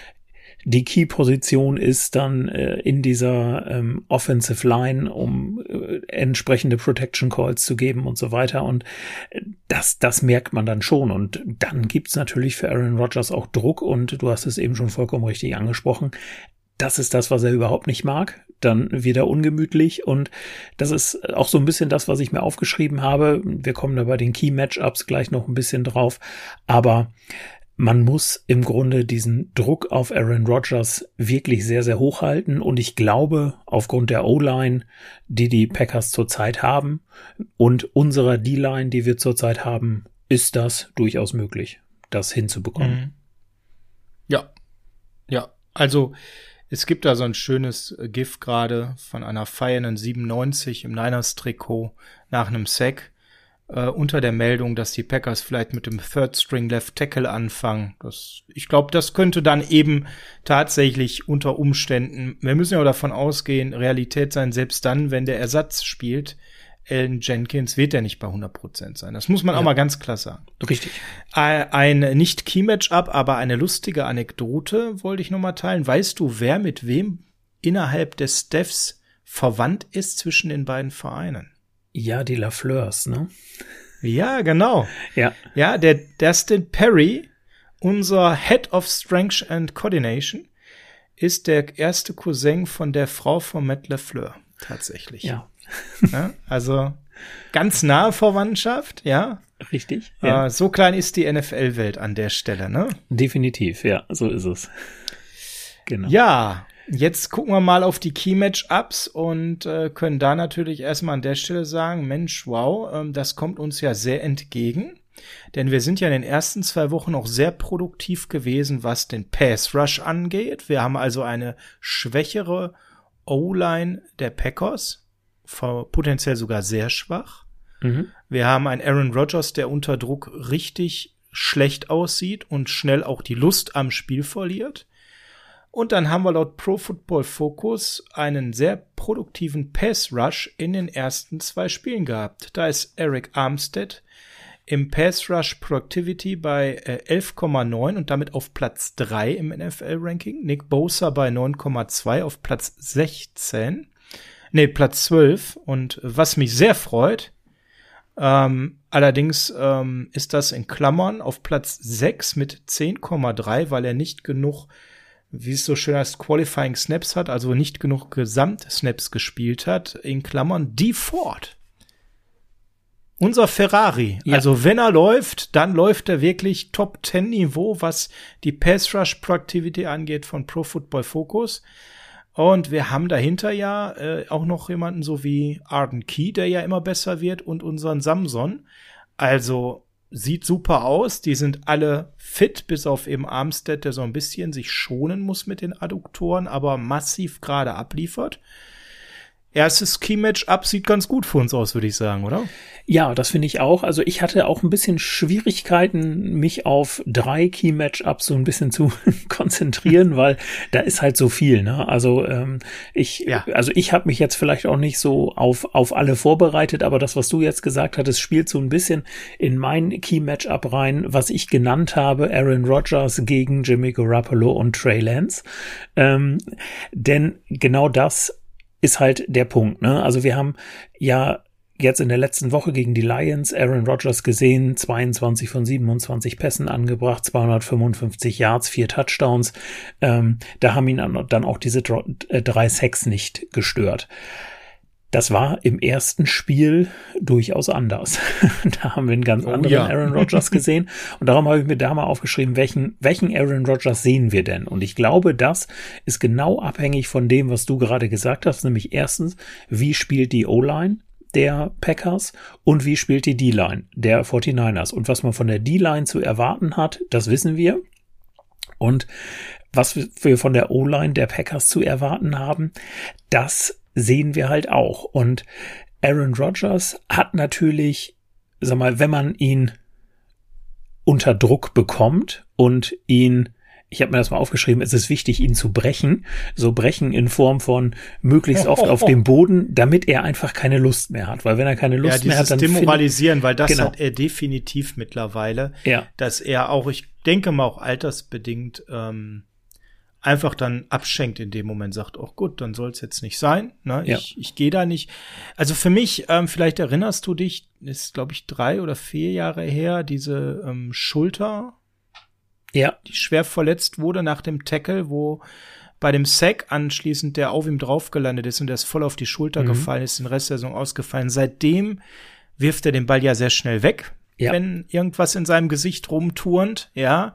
die Key-Position ist dann äh, in dieser ähm, Offensive Line, um äh, entsprechende Protection Calls zu geben und so weiter. Und das, das merkt man dann schon. Und dann gibt's natürlich für Aaron Rodgers auch Druck. Und du hast es eben schon vollkommen richtig angesprochen. Das ist das, was er überhaupt nicht mag. Dann wird er ungemütlich. Und das ist auch so ein bisschen das, was ich mir aufgeschrieben habe. Wir kommen da bei den Key-Matchups gleich noch ein bisschen drauf. Aber man muss im Grunde diesen Druck auf Aaron Rodgers wirklich sehr, sehr hoch halten. Und ich glaube, aufgrund der O-Line, die die Packers zurzeit haben und unserer D-Line, die wir zurzeit haben, ist das durchaus möglich, das hinzubekommen. Mhm. Ja, ja, also es gibt da so ein schönes GIF gerade von einer feiernden siebenundneunzig im Niners-Trikot nach einem Sack. Uh, unter der Meldung, dass die Packers vielleicht mit dem Third String Left Tackle anfangen. Das, ich glaube, das könnte dann eben tatsächlich unter Umständen, wir müssen ja auch davon ausgehen, Realität sein, selbst dann, wenn der Ersatz spielt, Elgton Jenkins, wird er nicht bei hundert Prozent sein. Das muss man ja auch mal ganz klar sagen. Richtig. Ein nicht Key-Matchup, aber eine lustige Anekdote wollte ich noch mal teilen. Weißt du, wer mit wem innerhalb des Staffs verwandt ist zwischen den beiden Vereinen? Ja, die Lafleurs, ne? Ja, genau. Ja. Ja, der Dustin Perry, unser Head of Strength and Coordination, ist der erste Cousin von der Frau von Matt LaFleur, tatsächlich. Ja. Ja, also ganz nahe Verwandtschaft, ja. Richtig. Ja. Äh, so klein ist die N F L-Welt an der Stelle, ne? Definitiv, ja, so ist es. Genau. Ja. Jetzt gucken wir mal auf die Key-Match-Ups und äh, können da natürlich erstmal an der Stelle sagen, Mensch, wow, ähm, das kommt uns ja sehr entgegen. Denn wir sind ja in den ersten zwei Wochen auch sehr produktiv gewesen, was den Pass-Rush angeht. Wir haben also eine schwächere O-Line der Packers, potenziell sogar sehr schwach. Mhm. Wir haben einen Aaron Rodgers, der unter Druck richtig schlecht aussieht und schnell auch die Lust am Spiel verliert. Und dann haben wir laut Pro Football Focus einen sehr produktiven Pass-Rush in den ersten zwei Spielen gehabt. Da ist Eric Armstead im Pass-Rush Productivity bei äh, elf Komma neun und damit auf Platz drei im N F L-Ranking. Nick Bosa bei neun Komma zwei auf Platz sechzehn. Nee, Platz zwölf. Und was mich sehr freut, ähm, allerdings ähm, ist das in Klammern auf Platz sechs mit zehn Komma drei, weil er nicht genug, wie es so schön heißt, Qualifying Snaps hat, also nicht genug Gesamt-Snaps gespielt hat, in Klammern Dee Ford. Unser Ferrari. Ja. Also wenn er läuft, dann läuft er wirklich Top zehn Niveau, was die Pass-Rush Productivity angeht von Pro Football Focus. Und wir haben dahinter ja äh, auch noch jemanden so wie Arden Key, der ja immer besser wird, und unseren Samson. Also sieht super aus, die sind alle fit, bis auf eben Armstead, der so ein bisschen sich schonen muss mit den Adduktoren, aber massiv gerade abliefert. Erstes Key-Match-Up sieht ganz gut für uns aus, würde ich sagen, oder? Ja, das finde ich auch. Also ich hatte auch ein bisschen Schwierigkeiten, mich auf drei Key-Match-Ups so ein bisschen zu konzentrieren, weil da ist halt so viel, ne? Also ähm, ich, ja. also ich habe mich jetzt vielleicht auch nicht so auf auf alle vorbereitet, aber das, was du jetzt gesagt hattest, spielt so ein bisschen in mein Key-Match-Up rein, was ich genannt habe: Aaron Rodgers gegen Jimmy Garoppolo und Trey Lance. Ähm, denn genau das ist halt der Punkt, ne? Also wir haben ja jetzt in der letzten Woche gegen die Lions Aaron Rodgers gesehen, zweiundzwanzig von siebenundzwanzig Pässen angebracht, zweihundertfünfundfünfzig Yards, vier Touchdowns. Ähm, da haben ihn dann auch diese drei Sacks nicht gestört. Das war im ersten Spiel durchaus anders. Da haben wir einen ganz anderen oh, ja. Aaron Rodgers gesehen. Und darum habe ich mir da mal aufgeschrieben, welchen, welchen Aaron Rodgers sehen wir denn? Und ich glaube, das ist genau abhängig von dem, was du gerade gesagt hast. Nämlich erstens, wie spielt die O-Line der Packers und wie spielt die D-Line der forty-niners? Und was man von der D-Line zu erwarten hat, das wissen wir. Und was wir von der O-Line der Packers zu erwarten haben, das sehen wir halt auch. Und Aaron Rodgers hat natürlich, sag mal, wenn man ihn unter Druck bekommt und ihn, ich habe mir das mal aufgeschrieben, es ist wichtig, ihn zu brechen, so brechen in Form von möglichst oft auf dem Boden, damit er einfach keine Lust mehr hat. Weil wenn er keine Lust ja, mehr hat, dann demoralisieren, weil das genau. hat er definitiv mittlerweile, ja. dass er auch, ich denke mal auch altersbedingt, ähm, einfach dann abschenkt in dem Moment, sagt, oh gut, dann soll es jetzt nicht sein, ne? Ja. Ich, ich gehe da nicht. Also für mich, ähm, vielleicht erinnerst du dich, ist glaube ich drei oder vier Jahre her, diese ähm, Schulter, ja, die schwer verletzt wurde nach dem Tackle, wo bei dem Sack anschließend der auf ihm drauf gelandet ist und der ist voll auf die Schulter mhm. gefallen, ist den Rest der Saison ausgefallen. Seitdem wirft er den Ball ja sehr schnell weg, ja. wenn irgendwas in seinem Gesicht rumturnt, ja,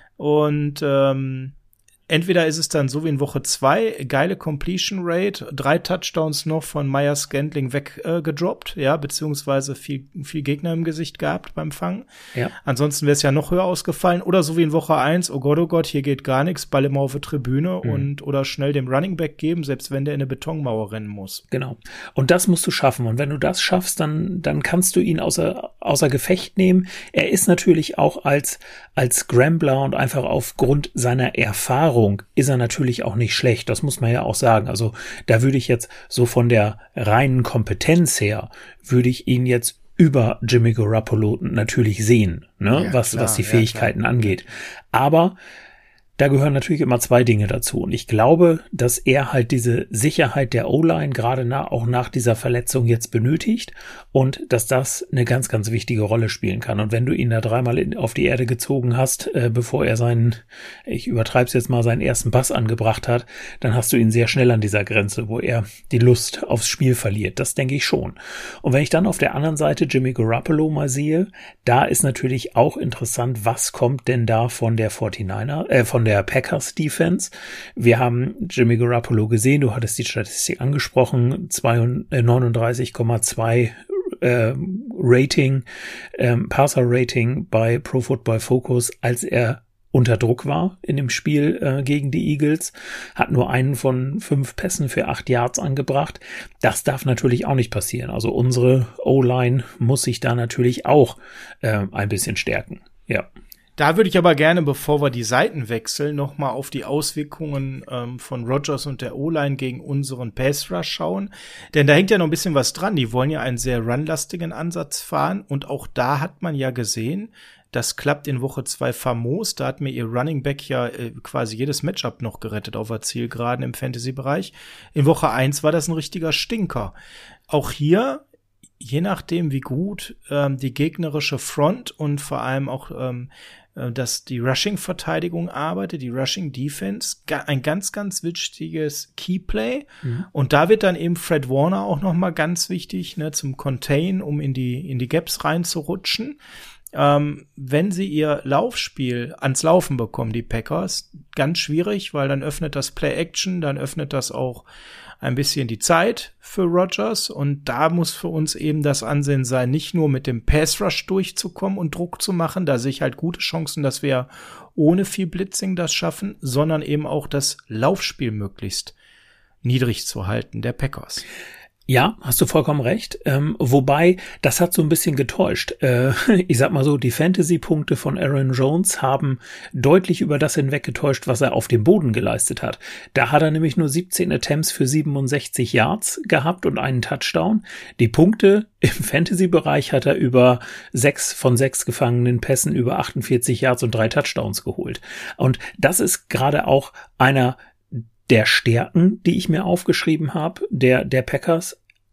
und ähm, entweder ist es dann so wie in Woche zwei, geile Completion Rate, drei Touchdowns noch von Myers-Scantling weggedroppt, äh, ja, beziehungsweise viel, viel Gegner im Gesicht gehabt beim Fangen. Ja. Ansonsten wäre es ja noch höher ausgefallen. Oder so wie in Woche eins, oh Gott, oh Gott, hier geht gar nichts, Ball immer auf der Tribüne mhm. und oder schnell dem Running Back geben, selbst wenn der in eine Betonmauer rennen muss. Genau. Und das musst du schaffen. Und wenn du das schaffst, dann, dann kannst du ihn außer, außer Gefecht nehmen. Er ist natürlich auch als, als Scrambler und einfach aufgrund seiner Erfahrung ist er natürlich auch nicht schlecht, das muss man ja auch sagen. Also da würde ich jetzt so von der reinen Kompetenz her, würde ich ihn jetzt über Jimmy Garoppolo natürlich sehen, ne? Ja, was, klar, was die Fähigkeiten ja, angeht. Aber da gehören natürlich immer zwei Dinge dazu. Und ich glaube, dass er halt diese Sicherheit der O-Line gerade na, auch nach dieser Verletzung jetzt benötigt und dass das eine ganz, ganz wichtige Rolle spielen kann. Und wenn du ihn da dreimal in, auf die Erde gezogen hast, äh, bevor er seinen, ich übertreibe es jetzt mal, seinen ersten Pass angebracht hat, dann hast du ihn sehr schnell an dieser Grenze, wo er die Lust aufs Spiel verliert. Das denke ich schon. Und wenn ich dann auf der anderen Seite Jimmy Garoppolo mal sehe, da ist natürlich auch interessant, was kommt denn da von der forty-niner, äh, von der Packers Defense. Wir haben Jimmy Garoppolo gesehen, du hattest die Statistik angesprochen, neununddreißig Komma zwei äh, Rating, ähm, Passer-Rating bei Pro Football Focus, als er unter Druck war in dem Spiel äh, gegen die Eagles, hat nur einen von fünf Pässen für acht Yards angebracht. Das darf natürlich auch nicht passieren. Also unsere O-Line muss sich da natürlich auch äh, ein bisschen stärken. Ja. Da würde ich aber gerne, bevor wir die Seiten wechseln, noch mal auf die Auswirkungen ähm, von Rodgers und der O-Line gegen unseren Pass-Rush schauen. Denn da hängt ja noch ein bisschen was dran. Die wollen ja einen sehr runlastigen Ansatz fahren. Und auch da hat man ja gesehen, das klappt in Woche zwei famos. Da hat mir ihr Running Back ja äh, quasi jedes Matchup noch gerettet auf der Zielgeraden im Fantasy-Bereich. In Woche eins war das ein richtiger Stinker. Auch hier, je nachdem wie gut ähm, die gegnerische Front und vor allem auch ähm, dass die Rushing-Verteidigung arbeitet, die Rushing-Defense, ein ganz, ganz wichtiges Keyplay. Mhm. Und da wird dann eben Fred Warner auch noch mal ganz wichtig, ne, zum Contain, um in die in die Gaps reinzurutschen. Ähm, wenn sie ihr Laufspiel ans Laufen bekommen, die Packers, ganz schwierig, weil dann öffnet das Play-Action, dann öffnet das auch ein bisschen die Zeit für Rodgers und da muss für uns eben das Ansehen sein, nicht nur mit dem Pass-Rush durchzukommen und Druck zu machen, da sehe ich halt gute Chancen, dass wir ohne viel Blitzing das schaffen, sondern eben auch das Laufspiel möglichst niedrig zu halten der Packers. Ja, hast du vollkommen recht. Ähm, wobei, das hat so ein bisschen getäuscht. Äh, ich sag mal so, die Fantasy-Punkte von Aaron Jones haben deutlich über das hinweggetäuscht, was er auf dem Boden geleistet hat. Da hat er nämlich nur siebzehn Attempts für siebenundsechzig Yards gehabt und einen Touchdown. Die Punkte im Fantasy-Bereich hat er über sechs von sechs gefangenen Pässen über achtundvierzig Yards und drei Touchdowns geholt. Und das ist gerade auch einer der Stärken, die ich mir aufgeschrieben habe, der der Packers.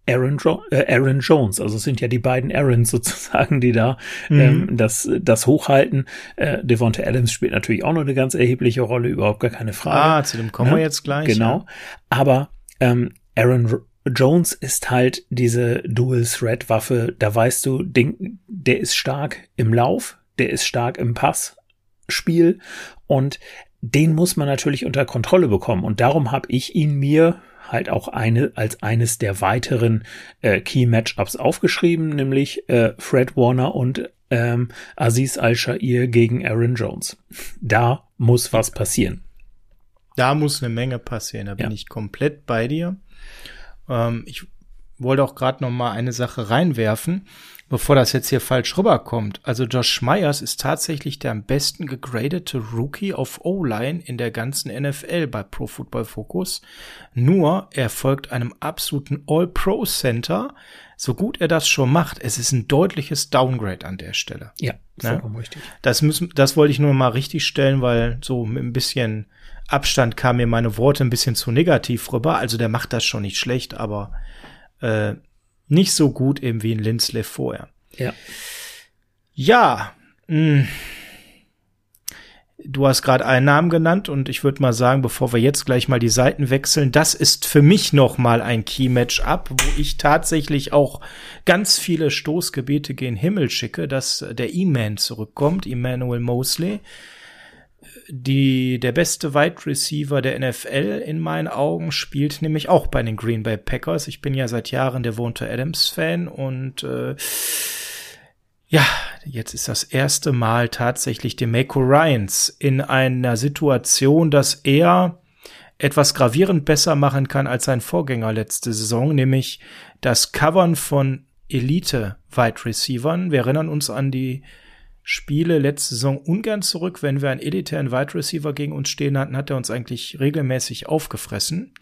Aaron, jo- äh, Aaron Jones. Also es sind ja die beiden Aarons sozusagen, die da Mhm. ähm, das, das hochhalten. Äh, Devonta Adams spielt natürlich auch noch eine ganz erhebliche Rolle, überhaupt gar keine Frage. Ah, zu dem kommen Ne? wir jetzt gleich. Genau. Ja. Aber ähm, Aaron R- Jones ist halt diese Dual-Threat-Waffe. Da weißt du, den, der ist stark im Lauf, der ist stark im Passspiel und den muss man natürlich unter Kontrolle bekommen. Und darum habe ich ihn mir halt auch eine als eines der weiteren äh, Key-Matchups aufgeschrieben, nämlich äh, Fred Warner und ähm, Azeez Al-Shaair gegen Aaron Jones. Da muss was passieren. Da muss eine Menge passieren, da bin Ja. ich komplett bei dir. Ähm, ich wollte auch gerade noch mal eine Sache reinwerfen, bevor das jetzt hier falsch rüberkommt. Also Josh Myers ist tatsächlich der am besten gegradete Rookie auf O-Line in der ganzen N F L bei Pro Football Focus. Nur er folgt einem absoluten All-Pro-Center. So gut er das schon macht, es ist ein deutliches Downgrade an der Stelle. Ja, Ne? vollkommen richtig. Das müssen, das wollte ich nur mal richtig stellen, weil so mit ein bisschen Abstand kamen mir meine Worte ein bisschen zu negativ rüber. Also der macht das schon nicht schlecht, aber äh, nicht so gut eben wie in Lindsley vorher. Ja. Ja, mh. Du hast gerade einen Namen genannt und ich würde mal sagen, bevor wir jetzt gleich mal die Seiten wechseln, das ist für mich noch mal ein Key-Match-Up, wo ich tatsächlich auch ganz viele Stoßgebete gen Himmel schicke, dass der E-Man zurückkommt, Emmanuel Mosley, die der beste Wide Receiver der N F L in meinen Augen, spielt nämlich auch bei den Green Bay Packers. Ich bin ja seit Jahren Devonta Adams-Fan und äh, ja, jetzt ist das erste Mal tatsächlich DeMeco Ryans in einer Situation, dass er etwas gravierend besser machen kann als sein Vorgänger letzte Saison, nämlich das Covern von Elite-Wide Receivern. Wir erinnern uns an die Spiele letzte Saison ungern zurück. Wenn wir einen elitären Wide Receiver gegen uns stehen hatten, hat er uns eigentlich regelmäßig aufgefressen.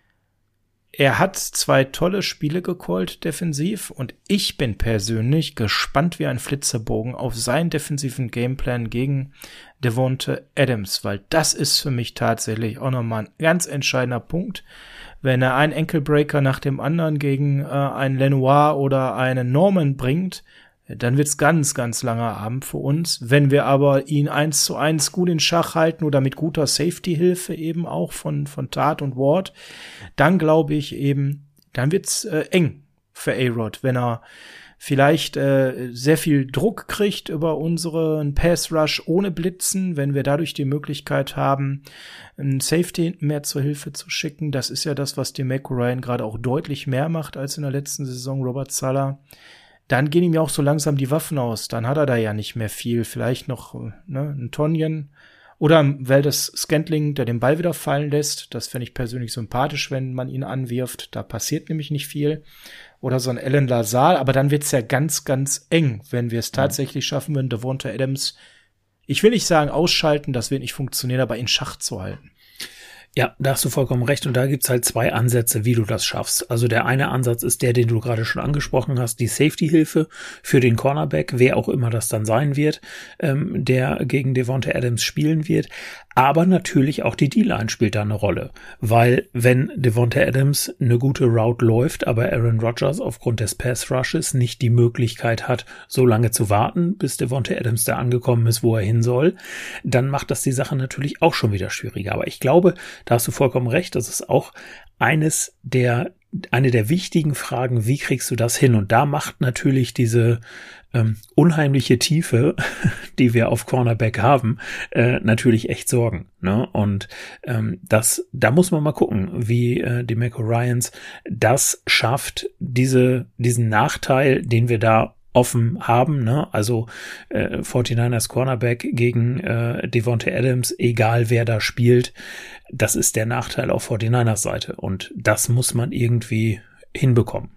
Er hat zwei tolle Spiele gecallt defensiv und ich bin persönlich gespannt wie ein Flitzebogen auf seinen defensiven Gameplan gegen Devonta Adams, weil das ist für mich tatsächlich auch nochmal ein ganz entscheidender Punkt. Wenn er einen Ankle-Breaker nach dem anderen gegen äh, einen Lenoir oder einen Norman bringt, dann wird's ganz, ganz langer Abend für uns. Wenn wir aber ihn eins zu eins gut in Schach halten oder mit guter Safety-Hilfe eben auch von, von Tat und Ward, dann glaube ich eben, dann wird's äh, eng für A-Rod, wenn er vielleicht äh, sehr viel Druck kriegt über unseren Pass-Rush ohne Blitzen, wenn wir dadurch die Möglichkeit haben, ein Safety mehr zur Hilfe zu schicken. Das ist ja das, was DeMeco Ryan gerade auch deutlich mehr macht als in der letzten Saison Robert Saleh. Dann gehen ihm ja auch so langsam die Waffen aus. Dann hat er da ja nicht mehr viel. Vielleicht noch ne, ein Tonyan oder Valdez Scantling, der den Ball wieder fallen lässt. Das fände ich persönlich sympathisch, wenn man ihn anwirft. Da passiert nämlich nicht viel. Oder so ein Alan Lazar. Aber dann wird's ja ganz, ganz eng, wenn wir es tatsächlich schaffen würden, Devonta Adams, ich will nicht sagen ausschalten, das wird nicht funktionieren, aber in Schach zu halten. Ja, da hast du vollkommen recht. Und da gibt's halt zwei Ansätze, wie du das schaffst. Also der eine Ansatz ist der, den du gerade schon angesprochen hast, die Safety-Hilfe für den Cornerback, wer auch immer das dann sein wird, ähm, der gegen Devonta Adams spielen wird. Aber natürlich auch die D-Line spielt da eine Rolle. Weil wenn Devonta Adams eine gute Route läuft, aber Aaron Rodgers aufgrund des Pass-Rushes nicht die Möglichkeit hat, so lange zu warten, bis Devonta Adams da angekommen ist, wo er hin soll, dann macht das die Sache natürlich auch schon wieder schwieriger. Aber ich glaube, da hast du vollkommen recht, das ist auch eines der, eine der wichtigen Fragen, wie kriegst du das hin? Und da macht natürlich diese ähm, unheimliche Tiefe, die wir auf Cornerback haben, äh, natürlich echt Sorgen. Ne? Und ähm, das, da muss man mal gucken, wie äh, DeMeco Ryans das schafft, diese, diesen Nachteil, den wir da offen haben, ne? Also äh, forty-niners Cornerback gegen äh, Devonta Adams, egal wer da spielt, das ist der Nachteil auf forty-niners Seite und das muss man irgendwie hinbekommen.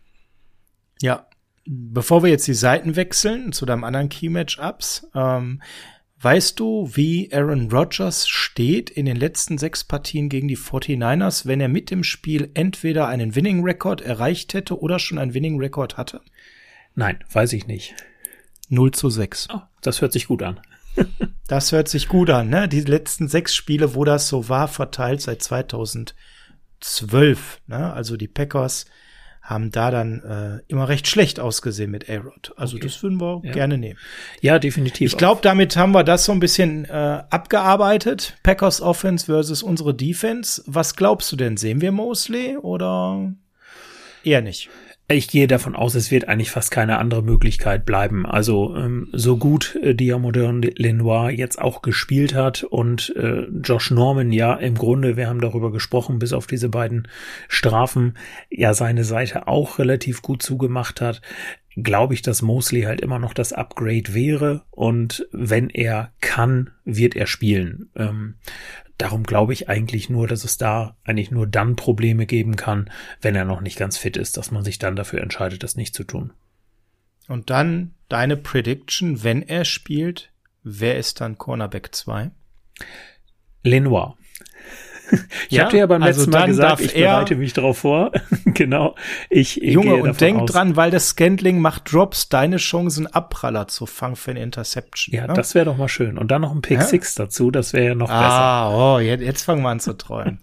Ja, bevor wir jetzt die Seiten wechseln zu deinem anderen Key-Match-Ups, ähm, weißt du, wie Aaron Rodgers steht in den letzten sechs Partien gegen die forty-niners, wenn er mit dem Spiel entweder einen Winning-Record erreicht hätte oder schon einen Winning-Record hatte? Nein, weiß ich nicht. null zu sechs. Oh, das hört sich gut an. Das hört sich gut an, ne? Die letzten sechs Spiele, wo das so war, verteilt seit zweitausendzwölf, ne? Also die Packers haben da dann äh, immer recht schlecht ausgesehen mit A-Rod. Also okay. Das würden wir ja. gerne nehmen. Ja, definitiv. Ich glaube, damit haben wir das so ein bisschen äh, abgearbeitet. Packers Offense versus unsere Defense. Was glaubst du denn? Sehen wir Mosley oder eher nicht? Ich gehe davon aus, es wird eigentlich fast keine andere Möglichkeit bleiben. Also ähm, so gut äh, Diamondon Lenoir jetzt auch gespielt hat und äh, Josh Norman ja im Grunde, wir haben darüber gesprochen, bis auf diese beiden Strafen, ja seine Seite auch relativ gut zugemacht hat, glaube ich, dass Mosley halt immer noch das Upgrade wäre und wenn er kann, wird er spielen. Ähm, Darum glaube ich eigentlich nur, dass es da eigentlich nur dann Probleme geben kann, wenn er noch nicht ganz fit ist, dass man sich dann dafür entscheidet, das nicht zu tun. Und dann deine Prediction, wenn er spielt, wer ist dann Cornerback zwei? Lenoir. Ich ja, habe dir ja beim letzten also Mal gesagt, ich er, bereite mich darauf vor. Genau. Ich, ich Junge, gehe und denk aus. dran, weil das Scantling macht Drops, deine Chancen Abpraller zu fangen für eine Interception. Ja, ne? Das wäre doch mal schön. Und dann noch ein Pick ja? Six dazu, das wäre ja noch ah, besser. Ah, oh, jetzt, jetzt fangen wir an zu träumen.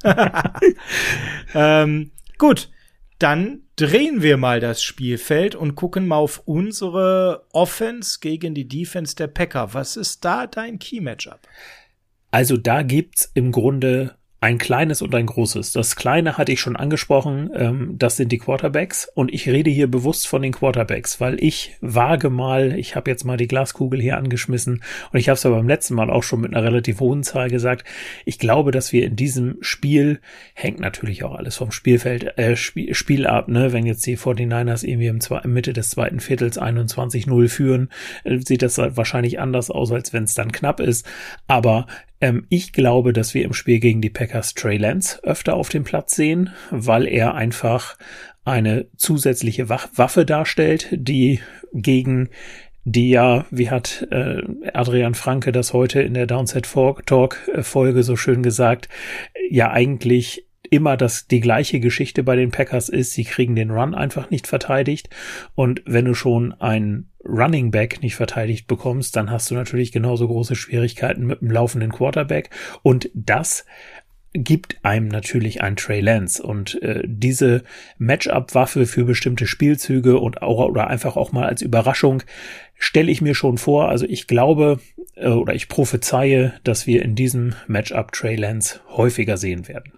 ähm, gut, dann drehen wir mal das Spielfeld und gucken mal auf unsere Offense gegen die Defense der Packer. Was ist da dein Key-Matchup? Also da gibt's im Grunde ein kleines und ein großes. Das kleine hatte ich schon angesprochen, ähm, das sind die Quarterbacks und ich rede hier bewusst von den Quarterbacks, weil ich wage mal, ich habe jetzt mal die Glaskugel hier angeschmissen und ich habe es ja beim letzten Mal auch schon mit einer relativ hohen Zahl gesagt, ich glaube, dass wir in diesem Spiel, hängt natürlich auch alles vom Spielfeld, äh, Spiel, Spiel ab, ne, wenn jetzt die forty-niners irgendwie im zwei, Mitte des zweiten Viertels einundzwanzig null führen, äh, sieht das wahrscheinlich anders aus, als wenn es dann knapp ist, aber Ähm, ich glaube, dass wir im Spiel gegen die Packers Trey Lance öfter auf dem Platz sehen, weil er einfach eine zusätzliche Waffe darstellt, die gegen die ja, wie hat äh, Adrian Franke das heute in der Downset Talk Folge so schön gesagt, ja eigentlich immer das die gleiche Geschichte bei den Packers ist, sie kriegen den Run einfach nicht verteidigt und wenn du schon einen Running Back nicht verteidigt bekommst, dann hast du natürlich genauso große Schwierigkeiten mit dem laufenden Quarterback und das gibt einem natürlich ein Trey Lance und äh, diese Matchup-Waffe für bestimmte Spielzüge und auch oder einfach auch mal als Überraschung stelle ich mir schon vor, also ich glaube äh, oder ich prophezeie, dass wir in diesem Matchup Trey Lance häufiger sehen werden.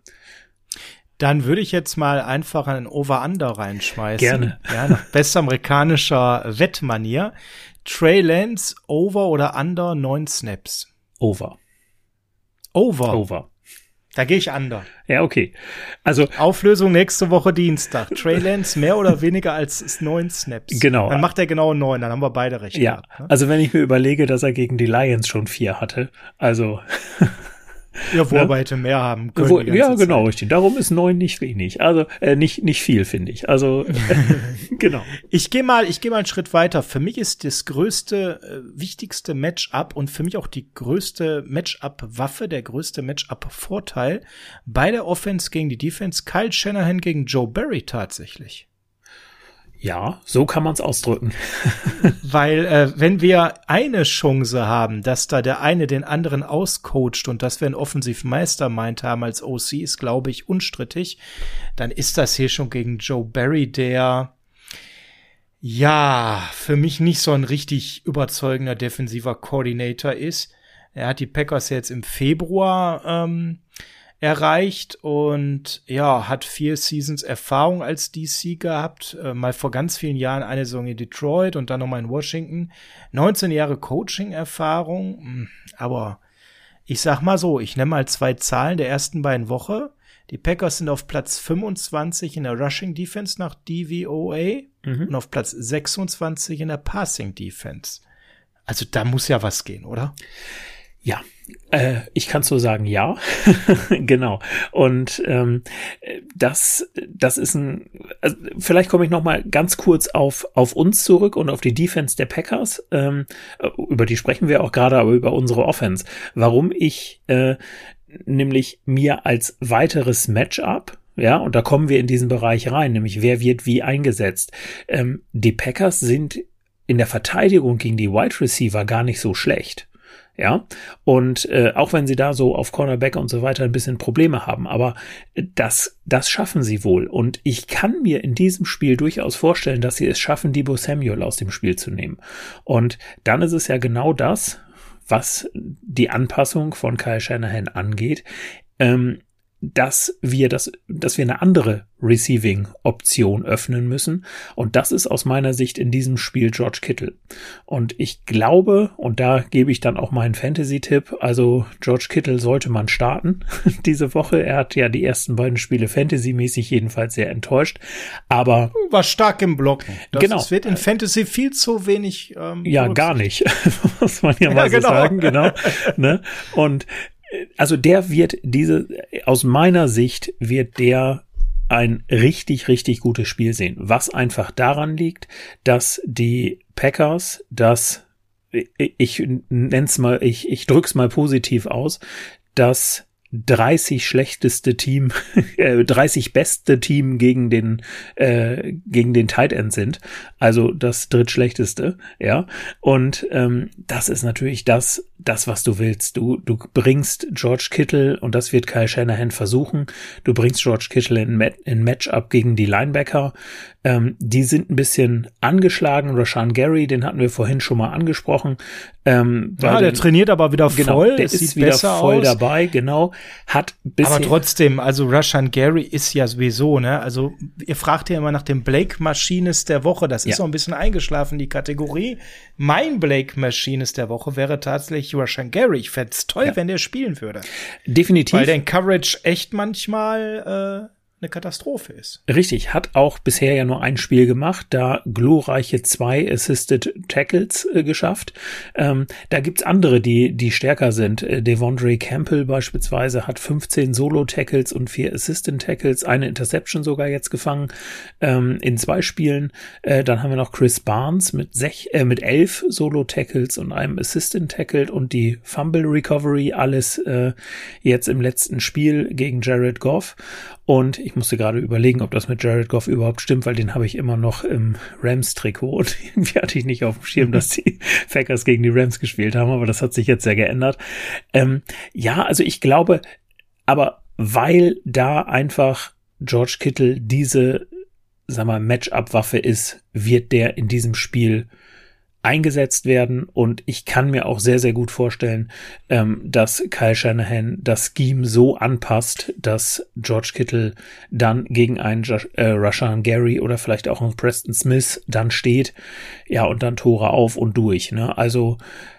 Dann würde ich jetzt mal einfach einen Over-Under reinschmeißen. Gerne. Ja, nach bestamerikanischer Wettmanier. Trey Lance, Over oder Under neun Snaps? Over. Over? Over. Da gehe ich Under. Ja, okay. Also Auflösung nächste Woche Dienstag. Trey Lance mehr oder weniger als neun Snaps. Genau. Dann macht er genau neun, dann haben wir beide recht. Ja, gehabt, ne? Also wenn ich mir überlege, dass er gegen die Lions schon vier hatte, also ja, wo er hätte mehr haben können. Wo, ja, genau, Zeit. Richtig. Darum ist neun nicht wenig. Also äh, nicht nicht viel, finde ich. Also genau. Ich gehe mal, ich gehe mal einen Schritt weiter. Für mich ist das größte, äh, wichtigste Matchup und für mich auch die größte Matchup-Waffe, der größte Matchup-Vorteil bei der Offense gegen die Defense Kyle Shanahan gegen Joe Barry tatsächlich. Ja, so kann man es ausdrücken. Weil äh, wenn wir eine Chance haben, dass da der eine den anderen auscoacht und dass wir einen Offensiv-Mastermind haben als O C, ist, glaube ich, unstrittig, dann ist das hier schon gegen Joe Barry, der ja für mich nicht so ein richtig überzeugender defensiver Coordinator ist. Er hat die Packers jetzt im Februar ähm, erreicht und ja, hat vier Seasons Erfahrung als D C gehabt, äh, mal vor ganz vielen Jahren eine Saison in Detroit und dann nochmal in Washington, neunzehn Jahre Coaching-Erfahrung, aber ich sag mal so, ich nenne mal zwei Zahlen der ersten beiden Woche. Die Packers sind auf Platz fünfundzwanzig in der Rushing Defense nach D V O A mhm. und auf Platz sechsundzwanzig in der Passing Defense. Also da muss ja was gehen, oder? Ja, äh, ich kann so sagen, ja, genau. Und ähm, das, das ist ein. Also vielleicht komme ich noch mal ganz kurz auf auf uns zurück und auf die Defense der Packers. Ähm, über die sprechen wir auch gerade, aber über unsere Offense. Warum ich äh, nämlich mir als weiteres Matchup, ja, und da kommen wir in diesen Bereich rein, nämlich wer wird wie eingesetzt. Ähm, die Packers sind in der Verteidigung gegen die Wide Receiver gar nicht so schlecht. Ja, und äh, auch wenn sie da so auf Cornerback und so weiter ein bisschen Probleme haben, aber das, das schaffen sie wohl. Und ich kann mir in diesem Spiel durchaus vorstellen, dass sie es schaffen, Deebo Samuel aus dem Spiel zu nehmen. Und dann ist es ja genau das, was die Anpassung von Kyle Shanahan angeht, ähm, dass wir das, dass wir eine andere Receiving-Option öffnen müssen. Und das ist aus meiner Sicht in diesem Spiel George Kittle. Und ich glaube, und da gebe ich dann auch meinen Fantasy-Tipp, also George Kittle sollte man starten diese Woche. Er hat ja die ersten beiden Spiele Fantasy-mäßig jedenfalls sehr enttäuscht. Aber war stark im Blocken. Das genau. Es wird in Fantasy viel zu wenig ähm, ja, gar nicht, muss man ja mal ja, so genau. sagen. Genau. Ne? Und also der wird diese, aus meiner Sicht wird der ein richtig, richtig gutes Spiel sehen. Was einfach daran liegt, dass die Packers das, ich nenn's mal, ich, ich drück's mal positiv aus, das dreißig schlechteste Team, äh, dreißig beste Team gegen den äh, gegen den Tight End sind, also das drittschlechteste, ja. Und ähm, das ist natürlich das, das was du willst. Du du bringst George Kittle und das wird Kyle Shanahan versuchen. Du bringst George Kittle in in Matchup gegen die Linebacker. Ähm, die sind ein bisschen angeschlagen. Rashan Gary, den hatten wir vorhin schon mal angesprochen. Ähm, ja, der den, trainiert aber wieder genau, voll. Der es ist sieht wieder besser voll aus. dabei, genau. Hat bisher aber trotzdem, also Rashan Gary ist ja sowieso, ne? Also ihr fragt ja immer nach dem Blake Machines der Woche. Das ist ja. auch ein bisschen eingeschlafen, die Kategorie. Mein Blake Machines der Woche wäre tatsächlich Rashan Gary. Ich fände es toll, ja. wenn der spielen würde. Definitiv. Weil der in Coverage echt manchmal äh, eine Katastrophe ist. Richtig, hat auch bisher ja nur ein Spiel gemacht, da glorreiche zwei Assisted Tackles äh, geschafft. Ähm, da gibt's andere, die die stärker sind. Äh, Devondre Campbell beispielsweise hat fünfzehn Solo-Tackles und vier Assistant Tackles, eine Interception sogar jetzt gefangen ähm, in zwei Spielen. Äh, dann haben wir noch Chris Barnes mit sech, äh, mit elf Solo-Tackles und einem Assistant Tackle und die Fumble Recovery, alles äh, jetzt im letzten Spiel gegen Jared Goff. Und ich musste gerade überlegen, ob das mit Jared Goff überhaupt stimmt, weil den habe ich immer noch im Rams-Trikot und irgendwie hatte ich nicht auf dem Schirm, dass die Packers gegen die Rams gespielt haben, aber das hat sich jetzt sehr geändert. Ähm, ja, also ich glaube, aber weil da einfach George Kittle diese, sag mal, Matchup-Waffe ist, wird der in diesem Spiel eingesetzt werden und ich kann mir auch sehr, sehr gut vorstellen, ähm, dass Kyle Shanahan das Scheme so anpasst, dass George Kittle dann gegen einen Josh, äh, Rashan Gary oder vielleicht auch einen Preston Smith dann steht, ja, und dann Tore auf und durch, ne, also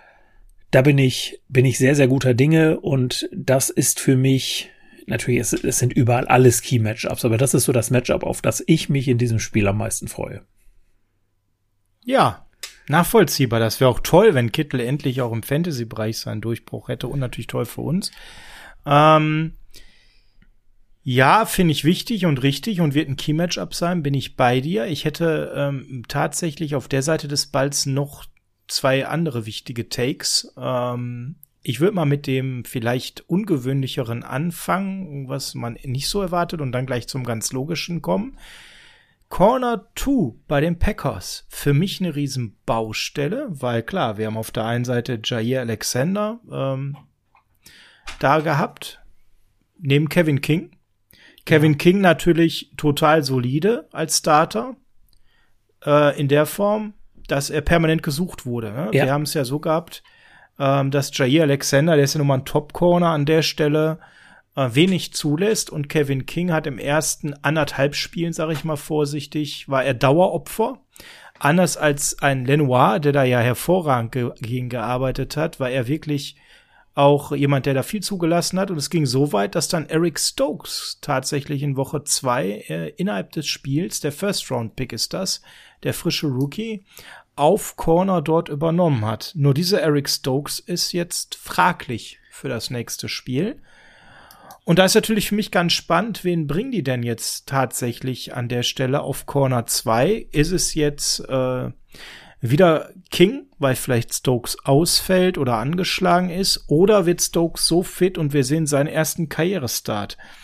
da bin ich, bin ich sehr, sehr guter Dinge und das ist für mich, natürlich, es, es sind überall alles Key-Matchups, aber das ist so das Matchup, auf das ich mich in diesem Spiel am meisten freue. Ja, nachvollziehbar. Das wäre auch toll, wenn Kittle endlich auch im Fantasy-Bereich seinen Durchbruch hätte und natürlich toll für uns. Ähm, ja, finde ich wichtig und richtig und wird ein Key-Matchup sein, bin ich bei dir. Ich hätte ähm, tatsächlich auf der Seite des Balls noch zwei andere wichtige Takes. Ähm, ich würde mal mit dem vielleicht ungewöhnlicheren anfangen, was man nicht so erwartet und dann gleich zum ganz logischen kommen. Corner zwei bei den Packers. Für mich eine riesen Baustelle, weil klar, wir haben auf der einen Seite Jair Alexander ähm, da gehabt, neben Kevin King. Kevin ja. King natürlich total solide als Starter, äh, in der Form, dass er permanent gesucht wurde. Ne? Ja. Wir haben es ja so gehabt, ähm, dass Jair Alexander, der ist ja nochmal ein Top-Corner an der Stelle, wenig zulässt und Kevin King hat im ersten anderthalb Spielen, sage ich mal vorsichtig, war er Daueropfer. Anders als ein Lenoir, der da ja hervorragend ge- gegen gearbeitet hat, war er wirklich auch jemand, der da viel zugelassen hat und es ging so weit, dass dann Eric Stokes tatsächlich in Woche zwei äh, innerhalb des Spiels, der First-Round-Pick ist das, der frische Rookie, auf Corner dort übernommen hat. Nur dieser Eric Stokes ist jetzt fraglich für das nächste Spiel. Und da ist natürlich für mich ganz spannend, wen bringen die denn jetzt tatsächlich an der Stelle auf Corner zwei? Ist es jetzt äh, wieder King, weil vielleicht Stokes ausfällt oder angeschlagen ist? Oder wird Stokes so fit und wir sehen seinen ersten Karrierestart?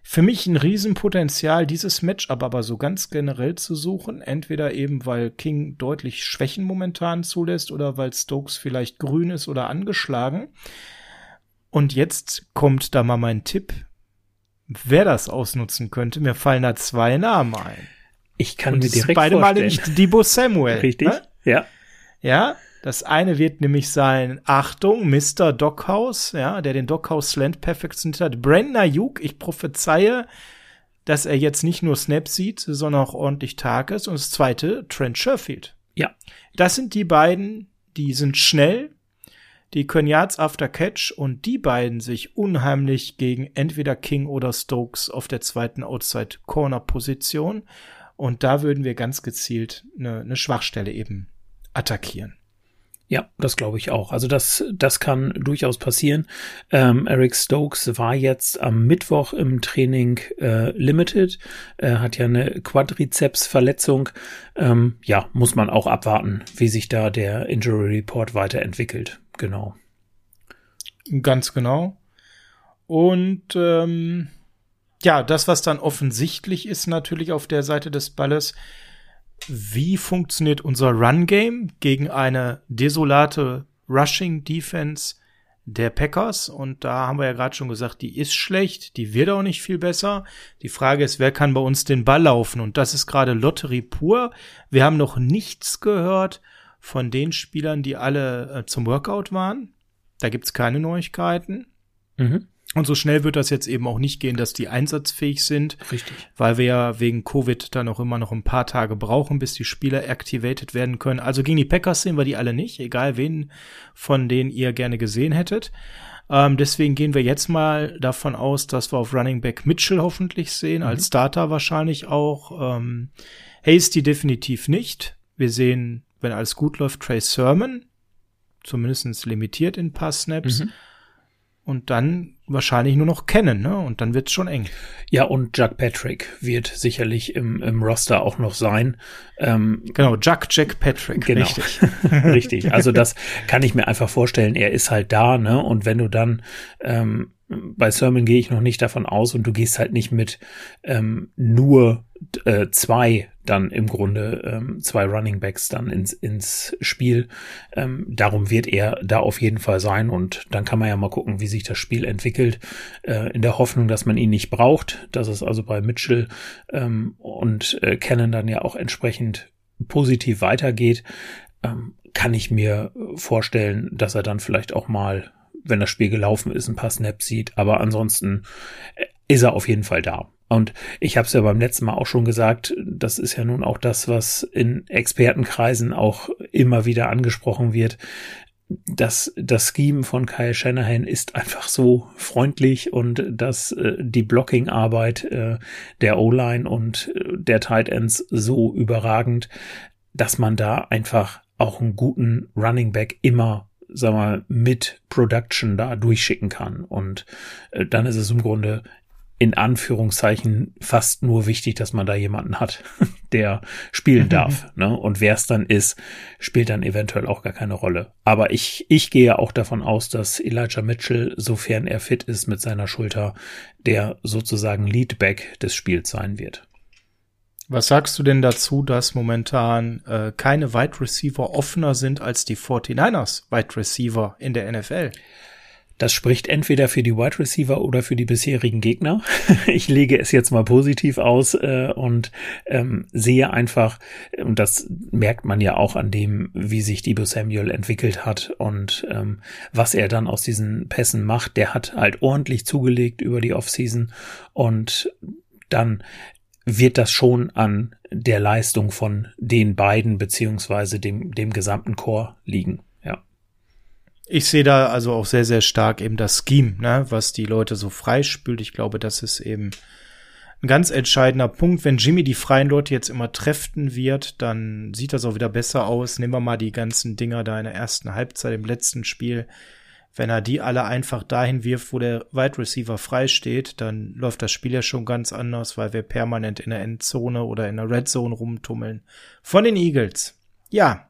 Für mich ein Riesenpotenzial, dieses Matchup aber so ganz generell zu suchen. Entweder eben, weil King deutlich Schwächen momentan zulässt oder weil Stokes vielleicht grün ist oder angeschlagen. Und jetzt kommt da mal mein Tipp, wer das ausnutzen könnte. Mir fallen da zwei Namen ein. Ich kann Und mir direkt beide vorstellen. Male nicht Deebo Samuel. Richtig, ne? ja. Ja, das eine wird nämlich sein, Achtung, Mister Dockhouse, ja, der den Dockhouse Slant perfektioniert hat. Brandon Ayuk, ich prophezeie, dass er jetzt nicht nur Snaps sieht, sondern auch ordentlich Tag ist. Und das zweite, Trent Sherfield. Ja. Das sind die beiden, die sind schnell, die können Yards after Catch und die beiden sich unheimlich gegen entweder King oder Stokes auf der zweiten Outside-Corner-Position. Und da würden wir ganz gezielt eine, eine Schwachstelle eben attackieren. Ja, das glaube ich auch. Also das, das kann durchaus passieren. Ähm, Eric Stokes war jetzt am Mittwoch im Training äh, limited, äh, hat ja eine Quadrizepsverletzung. Ähm, ja, muss man auch abwarten, wie sich da der Injury Report weiterentwickelt. Genau. Ganz genau. Und ähm, ja, das, was dann offensichtlich ist, natürlich auf der Seite des Balles, wie funktioniert unser Run-Game gegen eine desolate Rushing-Defense der Packers? Und da haben wir ja gerade schon gesagt, die ist schlecht, die wird auch nicht viel besser. Die Frage ist, wer kann bei uns den Ball laufen? Und das ist gerade Lotterie pur. Wir haben noch nichts gehört von den Spielern, die alle äh, zum Workout waren. Da gibt's keine Neuigkeiten. Mhm. Und so schnell wird das jetzt eben auch nicht gehen, dass die einsatzfähig sind. Richtig. Weil wir ja wegen Covid dann auch immer noch ein paar Tage brauchen, bis die Spieler activated werden können. Also gegen die Packers sehen wir die alle nicht, egal wen von denen ihr gerne gesehen hättet. Ähm, deswegen gehen wir jetzt mal davon aus, dass wir auf Running Back Mitchell hoffentlich sehen, mhm. als Starter wahrscheinlich auch. Ähm, Hasty definitiv nicht. Wir sehen, wenn alles gut läuft, Trey Sermon, zumindest limitiert in ein paar Snaps. Mhm. Und dann wahrscheinlich nur noch kennen, ne? Und dann wird's schon eng. Ja, und Jack Patrick wird sicherlich im, im Roster auch noch sein. Ähm, genau, Jack, Jack Patrick. Genau. Richtig. Richtig. Also das kann ich mir einfach vorstellen. Er ist halt da, ne? Und wenn du dann, ähm, bei Sermon gehe ich noch nicht davon aus und du gehst halt nicht mit ähm, nur äh, zwei dann im Grunde ähm, zwei Running Backs dann ins ins Spiel. Ähm, darum wird er da auf jeden Fall sein und dann kann man ja mal gucken, wie sich das Spiel entwickelt, äh, in der Hoffnung, dass man ihn nicht braucht, dass es also bei Mitchell ähm, und äh, Cannon dann ja auch entsprechend positiv weitergeht, ähm, kann ich mir vorstellen, dass er dann vielleicht auch mal, wenn das Spiel gelaufen ist, ein paar Snaps sieht, aber ansonsten ist er auf jeden Fall da. Und ich habe es ja beim letzten Mal auch schon gesagt, das ist ja nun auch das, was in Expertenkreisen auch immer wieder angesprochen wird, dass das Scheme von Kyle Shanahan ist einfach so freundlich und dass äh, die Blocking-Arbeit äh, der O-Line und äh, der Tight Ends so überragend, dass man da einfach auch einen guten Running Back immer, sag mal, mit Production da durchschicken kann. Und äh, dann ist es im Grunde in Anführungszeichen fast nur wichtig, dass man da jemanden hat, der spielen darf. Ne? Und wer es dann ist, spielt dann eventuell auch gar keine Rolle. Aber ich, ich gehe auch davon aus, dass Elijah Mitchell, sofern er fit ist mit seiner Schulter, der sozusagen Leadback des Spiels sein wird. Was sagst du denn dazu, dass momentan äh, keine Wide Receiver offener sind als die forty-niners Wide Receiver in der N F L? Das spricht entweder für die Wide Receiver oder für die bisherigen Gegner. Ich lege es jetzt mal positiv aus äh, und ähm, sehe einfach, und das merkt man ja auch an dem, wie sich Deebo Samuel entwickelt hat und ähm, was er dann aus diesen Pässen macht. Der hat halt ordentlich zugelegt über die Offseason und dann wird das schon an der Leistung von den beiden beziehungsweise dem, dem gesamten Core liegen. Ja. Ich sehe da also auch sehr, sehr stark eben das Scheme, ne, was die Leute so freispült. Ich glaube, das ist eben ein ganz entscheidender Punkt. Wenn Jimmy die freien Leute jetzt immer treffen wird, dann sieht das auch wieder besser aus. Nehmen wir mal die ganzen Dinger da in der ersten Halbzeit im letzten Spiel. Wenn er die alle einfach dahin wirft, wo der Wide Receiver frei steht, dann läuft das Spiel ja schon ganz anders, weil wir permanent in der Endzone oder in der Red Zone rumtummeln. Von den Eagles. Ja.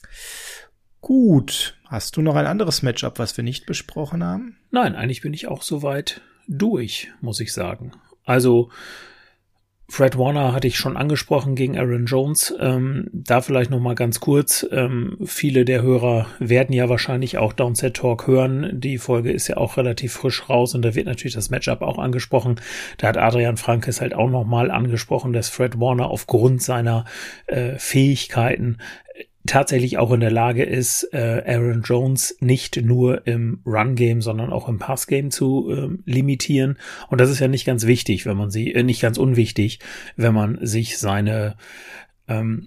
Gut. Hast du noch ein anderes Matchup, was wir nicht besprochen haben? Nein, eigentlich bin ich auch soweit durch, muss ich sagen. also Fred Warner hatte ich schon angesprochen gegen Aaron Jones. Ähm, da vielleicht noch mal ganz kurz. Ähm, viele der Hörer werden ja wahrscheinlich auch Downset Talk hören. Die Folge ist ja auch relativ frisch raus und da wird natürlich das Matchup auch angesprochen. Da hat Adrian Frankes halt auch noch mal angesprochen, dass Fred Warner aufgrund seiner äh, Fähigkeiten tatsächlich auch in der Lage ist, äh, Aaron Jones nicht nur im Run-Game, sondern auch im Pass-Game zu äh, limitieren. Und das ist ja nicht ganz wichtig, wenn man sie, äh, nicht ganz unwichtig, wenn man sich seine ähm,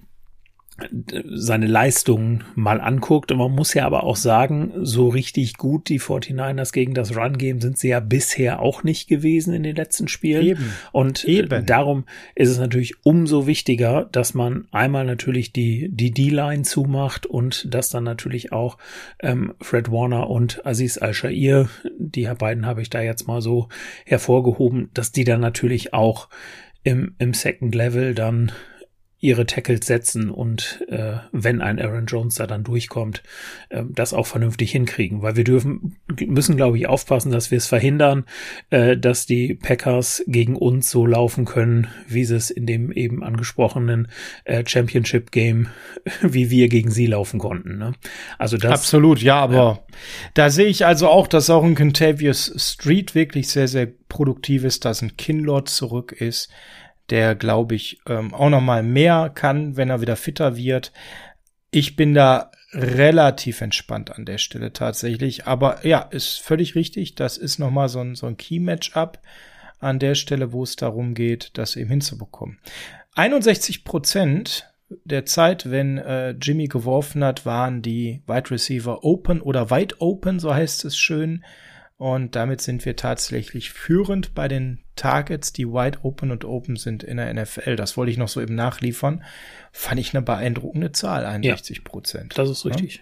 seine Leistungen mal anguckt. Und man muss ja aber auch sagen, so richtig gut die forty-niners gegen das Run-Game sind sie ja bisher auch nicht gewesen in den letzten Spielen. Eben. Und Eben. darum ist es natürlich umso wichtiger, dass man einmal natürlich die die D-Line zumacht und dass dann natürlich auch ähm, Fred Warner und Azeez Al-Shaair, die beiden habe ich da jetzt mal so hervorgehoben, dass die dann natürlich auch im im Second Level dann ihre Tackles setzen und äh, wenn ein Aaron Jones da dann durchkommt, äh, das auch vernünftig hinkriegen, weil wir dürfen müssen, glaube ich, aufpassen, dass wir es verhindern, äh, dass die Packers gegen uns so laufen können, wie sie es in dem eben angesprochenen äh, Championship Game, wie wir gegen sie laufen konnten. Ne? Also das absolut, ja, aber ja. Da sehe ich also auch, dass auch ein Kentavious Street wirklich sehr, sehr produktiv ist, dass ein Kinlaw zurück ist, der, glaube ich, ähm, auch noch mal mehr kann, wenn er wieder fitter wird. Ich bin da relativ entspannt an der Stelle tatsächlich. Aber ja, ist völlig richtig. Das ist noch mal so ein, so ein Key-Matchup an der Stelle, wo es darum geht, das eben hinzubekommen. einundsechzig Prozent der Zeit, wenn äh, Jimmy geworfen hat, waren die Wide Receiver open oder wide open, so heißt es schön. Und damit sind wir tatsächlich führend bei den Targets, die wide open und open sind in der N F L. Das wollte ich noch so eben nachliefern. Fand ich eine beeindruckende Zahl, einundsechzig Prozent. Ja, das ist richtig.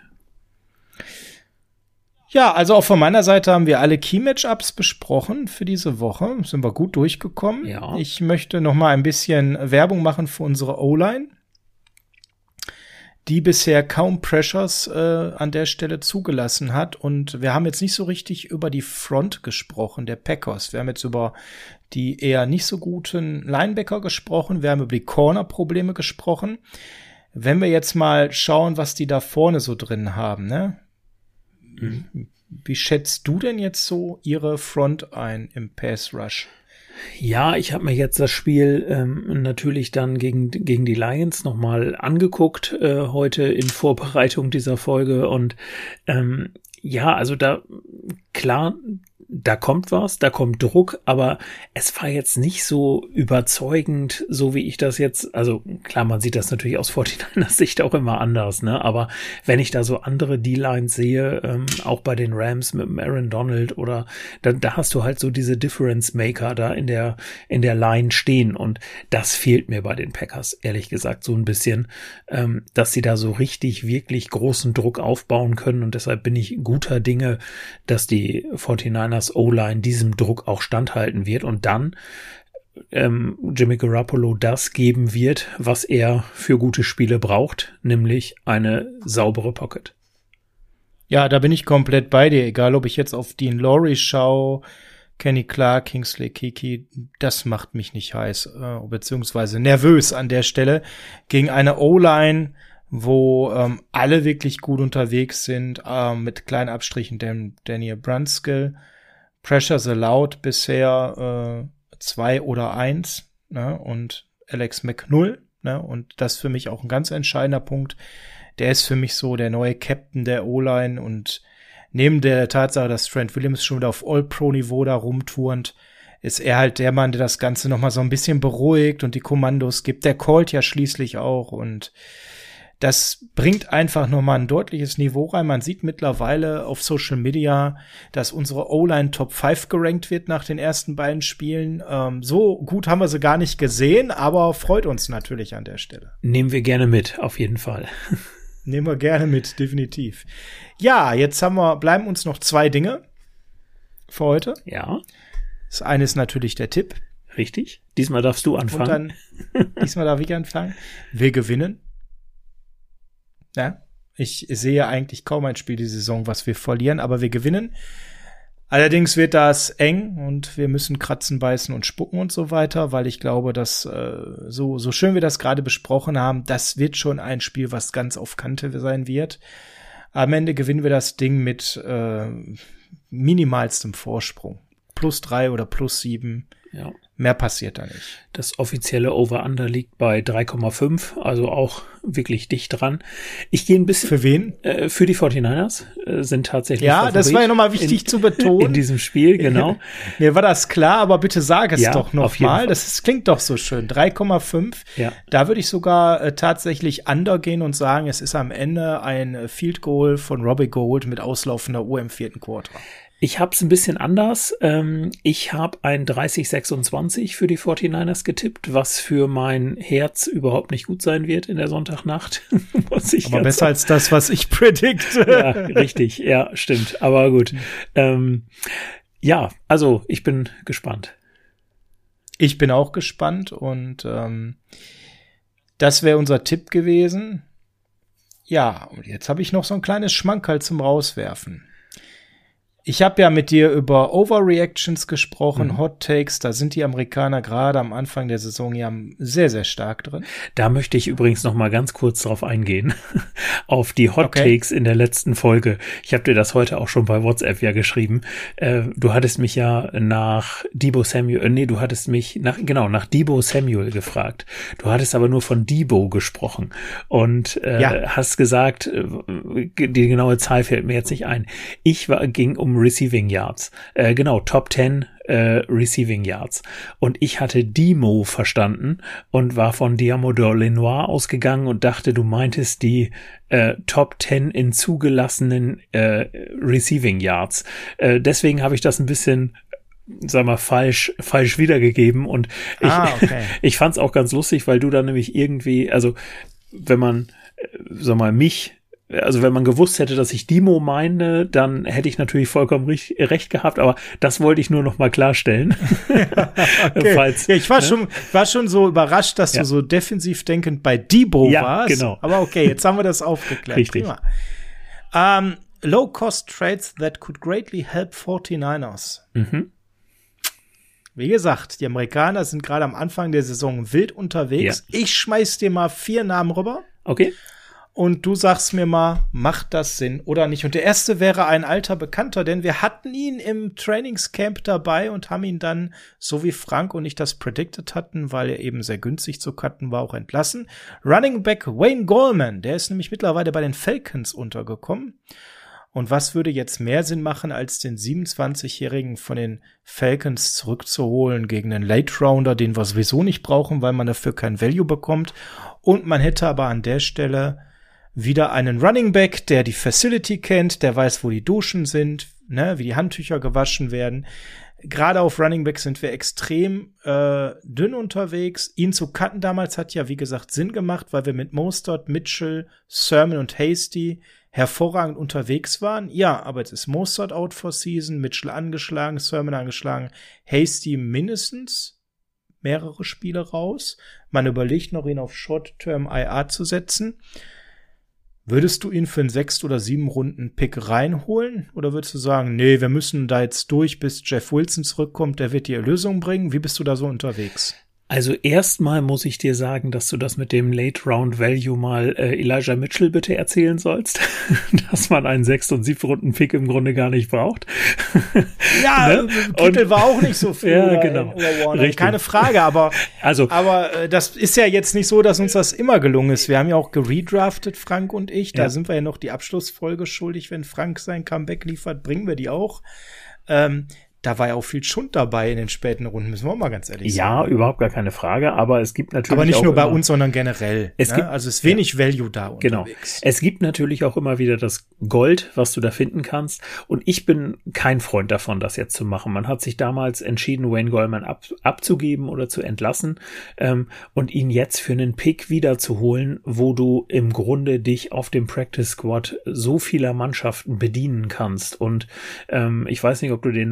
Ja, also auch von meiner Seite haben wir alle Key-Matchups besprochen für diese Woche. Sind wir gut durchgekommen. Ja. Ich möchte noch mal ein bisschen Werbung machen für unsere O-Line, die bisher kaum Pressures äh, an der Stelle zugelassen hat. Und wir haben jetzt nicht so richtig über die Front gesprochen, der Packers. Wir haben jetzt über die eher nicht so guten Linebacker gesprochen. Wir haben über die Corner-Probleme gesprochen. Wenn wir jetzt mal schauen, was die da vorne so drin haben, ne? Mhm. Wie schätzt du denn jetzt so ihre Front ein im Pass-Rush? Ja, ich habe mir jetzt das Spiel ähm, natürlich dann gegen gegen die Lions nochmal angeguckt, äh, heute in Vorbereitung dieser Folge. Und ähm, ja, also da, klar, da kommt was, da kommt Druck, aber es war jetzt nicht so überzeugend, so wie ich das jetzt, also klar, man sieht das natürlich aus forty-niners Sicht auch immer anders, ne, aber wenn ich da so andere D-Lines sehe, ähm, auch bei den Rams mit dem Aaron Donald oder, da, da hast du halt so diese Difference-Maker da in der, in der Line stehen und das fehlt mir bei den Packers, ehrlich gesagt, so ein bisschen, ähm, dass sie da so richtig, wirklich großen Druck aufbauen können und deshalb bin ich guter Dinge, dass die forty-niners O-Line diesem Druck auch standhalten wird und dann ähm, Jimmy Garoppolo das geben wird, was er für gute Spiele braucht, nämlich eine saubere Pocket. Ja, da bin ich komplett bei dir, egal ob ich jetzt auf Dean Lowry schaue, Kenny Clark, Kingsley Kiki, das macht mich nicht heiß, äh, beziehungsweise nervös an der Stelle gegen eine O-Line, wo ähm, alle wirklich gut unterwegs sind, ähm, mit kleinen Abstrichen Dan- Daniel Brunskill. Pressures allowed bisher äh, zwei oder eins, ne, und Alex Mack null, ne, und das für mich auch ein ganz entscheidender Punkt. Der ist für mich so der neue Captain der O-Line und neben der Tatsache, dass Trent Williams schon wieder auf All-Pro-Niveau da rumturnt, ist er halt der Mann, der das Ganze noch mal so ein bisschen beruhigt und die Kommandos gibt. Der callt ja schließlich auch und das bringt einfach nochmal ein deutliches Niveau rein. Man sieht mittlerweile auf Social Media, dass unsere O-Line Top fünf gerankt wird nach den ersten beiden Spielen. Ähm, so gut haben wir sie gar nicht gesehen, aber freut uns natürlich an der Stelle. Nehmen wir gerne mit, auf jeden Fall. Nehmen wir gerne mit, definitiv. Ja, jetzt haben wir, bleiben uns noch zwei Dinge für heute. Ja. Das eine ist natürlich der Tipp. Richtig. Diesmal darfst du anfangen. Und dann, diesmal darf ich anfangen. Wir gewinnen. Ja, ich sehe eigentlich kaum ein Spiel die Saison, was wir verlieren, aber wir gewinnen. Allerdings wird das eng und wir müssen kratzen, beißen und spucken und so weiter, weil ich glaube, dass äh, so so schön wir das gerade besprochen haben, das wird schon ein Spiel, was ganz auf Kante sein wird. Am Ende gewinnen wir das Ding mit äh, minimalstem Vorsprung. Plus drei oder plus sieben. Ja. Mehr passiert da nicht. Das offizielle Over-Under liegt bei drei Komma fünf, also auch wirklich dicht dran. Ich gehe ein bisschen. Für wen? Äh, für die forty-niners äh, sind tatsächlich. Ja, Favorit das war ja nochmal wichtig in, zu betonen. In diesem Spiel, genau. Mir war das klar, aber bitte sag es ja, doch nochmal. Das ist, klingt doch so schön. drei Komma fünf. Ja. Da würde ich sogar äh, tatsächlich under gehen und sagen, es ist am Ende ein Field Goal von Robbie Gould mit auslaufender Uhr im vierten Quarter. Ich habe es ein bisschen anders. Ähm, ich habe ein dreißig sechsundzwanzig für die forty-niners getippt, was für mein Herz überhaupt nicht gut sein wird in der Sonntagnacht. Muss ich Aber besser sagen. Als das, was ich predikte. Ja, richtig. Ja, stimmt. Aber gut. Ähm, ja, also ich bin gespannt. Ich bin auch gespannt und ähm, das wäre unser Tipp gewesen. Ja, und jetzt habe ich noch so ein kleines Schmankerl zum Rauswerfen. Ich habe ja mit dir über Overreactions gesprochen, mhm. Hot Takes, da sind die Amerikaner gerade am Anfang der Saison ja sehr, sehr stark drin. Da möchte ich übrigens noch mal ganz kurz drauf eingehen, auf die Hot okay. Takes in der letzten Folge. Ich habe dir das heute auch schon bei WhatsApp ja geschrieben. Äh, du hattest mich ja nach Deebo Samuel, äh, nee, du hattest mich nach, genau, nach Deebo Samuel gefragt. Du hattest aber nur von Deebo gesprochen und äh, ja. hast gesagt, äh, die genaue Zahl fällt mir jetzt nicht ein. Ich war, ging um Receiving Yards. Äh, genau, Top zehn äh, Receiving Yards. Und ich hatte Demo verstanden und war von Diamodor Lenoir ausgegangen und dachte, du meintest die äh, Top zehn in zugelassenen äh, Receiving Yards. Äh, deswegen habe ich das ein bisschen sag mal, falsch, falsch wiedergegeben und ich, ah, okay. ich fand's auch ganz lustig, weil du da nämlich irgendwie, also wenn man, sag mal, mich Also wenn man gewusst hätte, dass ich Demo meine, dann hätte ich natürlich vollkommen recht gehabt, aber das wollte ich nur noch mal klarstellen. Ja, okay. Falls, ja, ich war, ne? schon, war schon so überrascht, dass ja. du so defensiv denkend bei Debo ja, warst. Genau. Aber okay, jetzt haben wir das aufgeklärt. Richtig. Um, Low-Cost Trades that could greatly help forty-niners. Mhm. Wie gesagt, die Amerikaner sind gerade am Anfang der Saison wild unterwegs. Ja. Ich schmeiß dir mal vier Namen rüber. Okay. Und du sagst mir mal, macht das Sinn oder nicht? Und der erste wäre ein alter Bekannter, denn wir hatten ihn im Trainingscamp dabei und haben ihn dann, so wie Frank und ich das predicted hatten, weil er eben sehr günstig zu cutten war, auch entlassen. Running Back Wayne Gallman, der ist nämlich mittlerweile bei den Falcons untergekommen. Und was würde jetzt mehr Sinn machen, als den siebenundzwanzigjährigen von den Falcons zurückzuholen gegen einen Late-Rounder, den wir sowieso nicht brauchen, weil man dafür kein Value bekommt. Und man hätte aber an der Stelle wieder einen Running Back, der die Facility kennt, der weiß, wo die Duschen sind, ne, wie die Handtücher gewaschen werden. Gerade auf Running Back sind wir extrem äh, dünn unterwegs. Ihn zu cutten damals hat ja, wie gesagt, Sinn gemacht, weil wir mit Mostert, Mitchell, Sermon und Hasty hervorragend unterwegs waren. Ja, aber jetzt ist Mostert out for season, Mitchell angeschlagen, Sermon angeschlagen, Hasty mindestens mehrere Spiele raus. Man überlegt noch, ihn auf Short-Term I R zu setzen. Würdest du ihn für einen sechs oder sieben Runden Pick reinholen? Oder würdest du sagen, nee, wir müssen da jetzt durch, bis Jeff Wilson zurückkommt, der wird die Erlösung bringen? Wie bist du da so unterwegs? Also erstmal muss ich dir sagen, dass du das mit dem Late Round Value mal äh, Elijah Mitchell bitte erzählen sollst, dass man einen sechs- und sieben Runden Pick im Grunde gar nicht braucht. Ja, ne? Kittel und, war auch nicht so viel. Ja, genau. Richtig. Keine Frage, aber, also, aber äh, das ist ja jetzt nicht so, dass uns das immer gelungen ist. Wir haben ja auch geredraftet, Frank und ich. Da ja. sind wir ja noch die Abschlussfolge schuldig. Wenn Frank sein Comeback liefert, bringen wir die auch. Ähm, Da war ja auch viel Schund dabei in den späten Runden, müssen wir auch mal ganz ehrlich sagen. Ja, überhaupt gar keine Frage, aber es gibt natürlich Aber nicht auch nur bei immer, uns, sondern generell. Es ne? gibt, also es ist wenig ja, Value da genau. unterwegs. Es gibt natürlich auch immer wieder das Gold, was du da finden kannst. Und ich bin kein Freund davon, das jetzt zu machen. Man hat sich damals entschieden, Wayne Gallman ab, abzugeben oder zu entlassen ähm, und ihn jetzt für einen Pick wiederzuholen, wo du im Grunde dich auf dem Practice Squad so vieler Mannschaften bedienen kannst. Und ähm, ich weiß nicht, ob du den Namen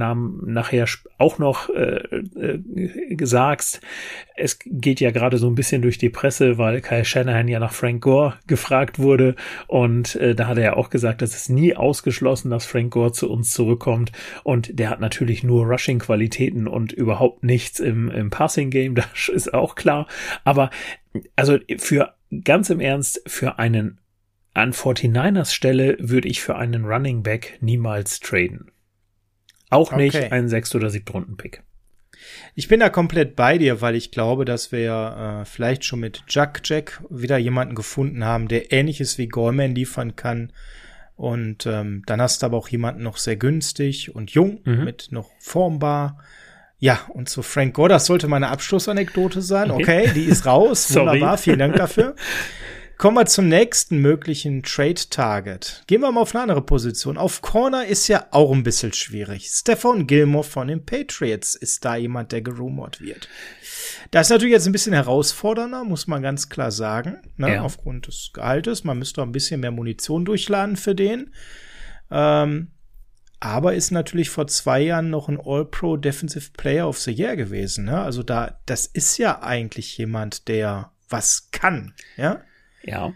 nachher auch noch äh, äh, sagst, es geht ja gerade so ein bisschen durch die Presse, weil Kyle Shanahan ja nach Frank Gore gefragt wurde und äh, da hat er ja auch gesagt, dass es nie ausgeschlossen, dass Frank Gore zu uns zurückkommt und der hat natürlich nur Rushing-Qualitäten und überhaupt nichts im, im Passing-Game, das ist auch klar, aber also für, ganz im Ernst, für einen an forty-niners Stelle würde ich für einen Running Back niemals traden. Auch nicht okay. Einen sechst- oder siebten-Runden-Pick. Ich bin da komplett bei dir, weil ich glaube, dass wir äh, vielleicht schon mit Jack Jack wieder jemanden gefunden haben, der Ähnliches wie Goldman liefern kann. Und ähm, dann hast du aber auch jemanden noch sehr günstig und jung, mhm. mit noch formbar. Ja, und zu Frank Gore, das sollte meine Abschlussanekdote sein. Okay, okay, die ist raus. Wunderbar, vielen Dank dafür. Kommen wir zum nächsten möglichen Trade-Target. Gehen wir mal auf eine andere Position. Auf Corner ist ja auch ein bisschen schwierig. Stephon Gilmore von den Patriots ist da jemand, der gerumort wird. Das ist natürlich jetzt ein bisschen herausfordernder, muss man ganz klar sagen, ne? Ja. Aufgrund des Gehaltes. Man müsste auch ein bisschen mehr Munition durchladen für den. Ähm, aber ist natürlich vor zwei Jahren noch ein All-Pro Defensive Player of the Year gewesen. Ne? Also da, das ist ja eigentlich jemand, der was kann, ja? Ja,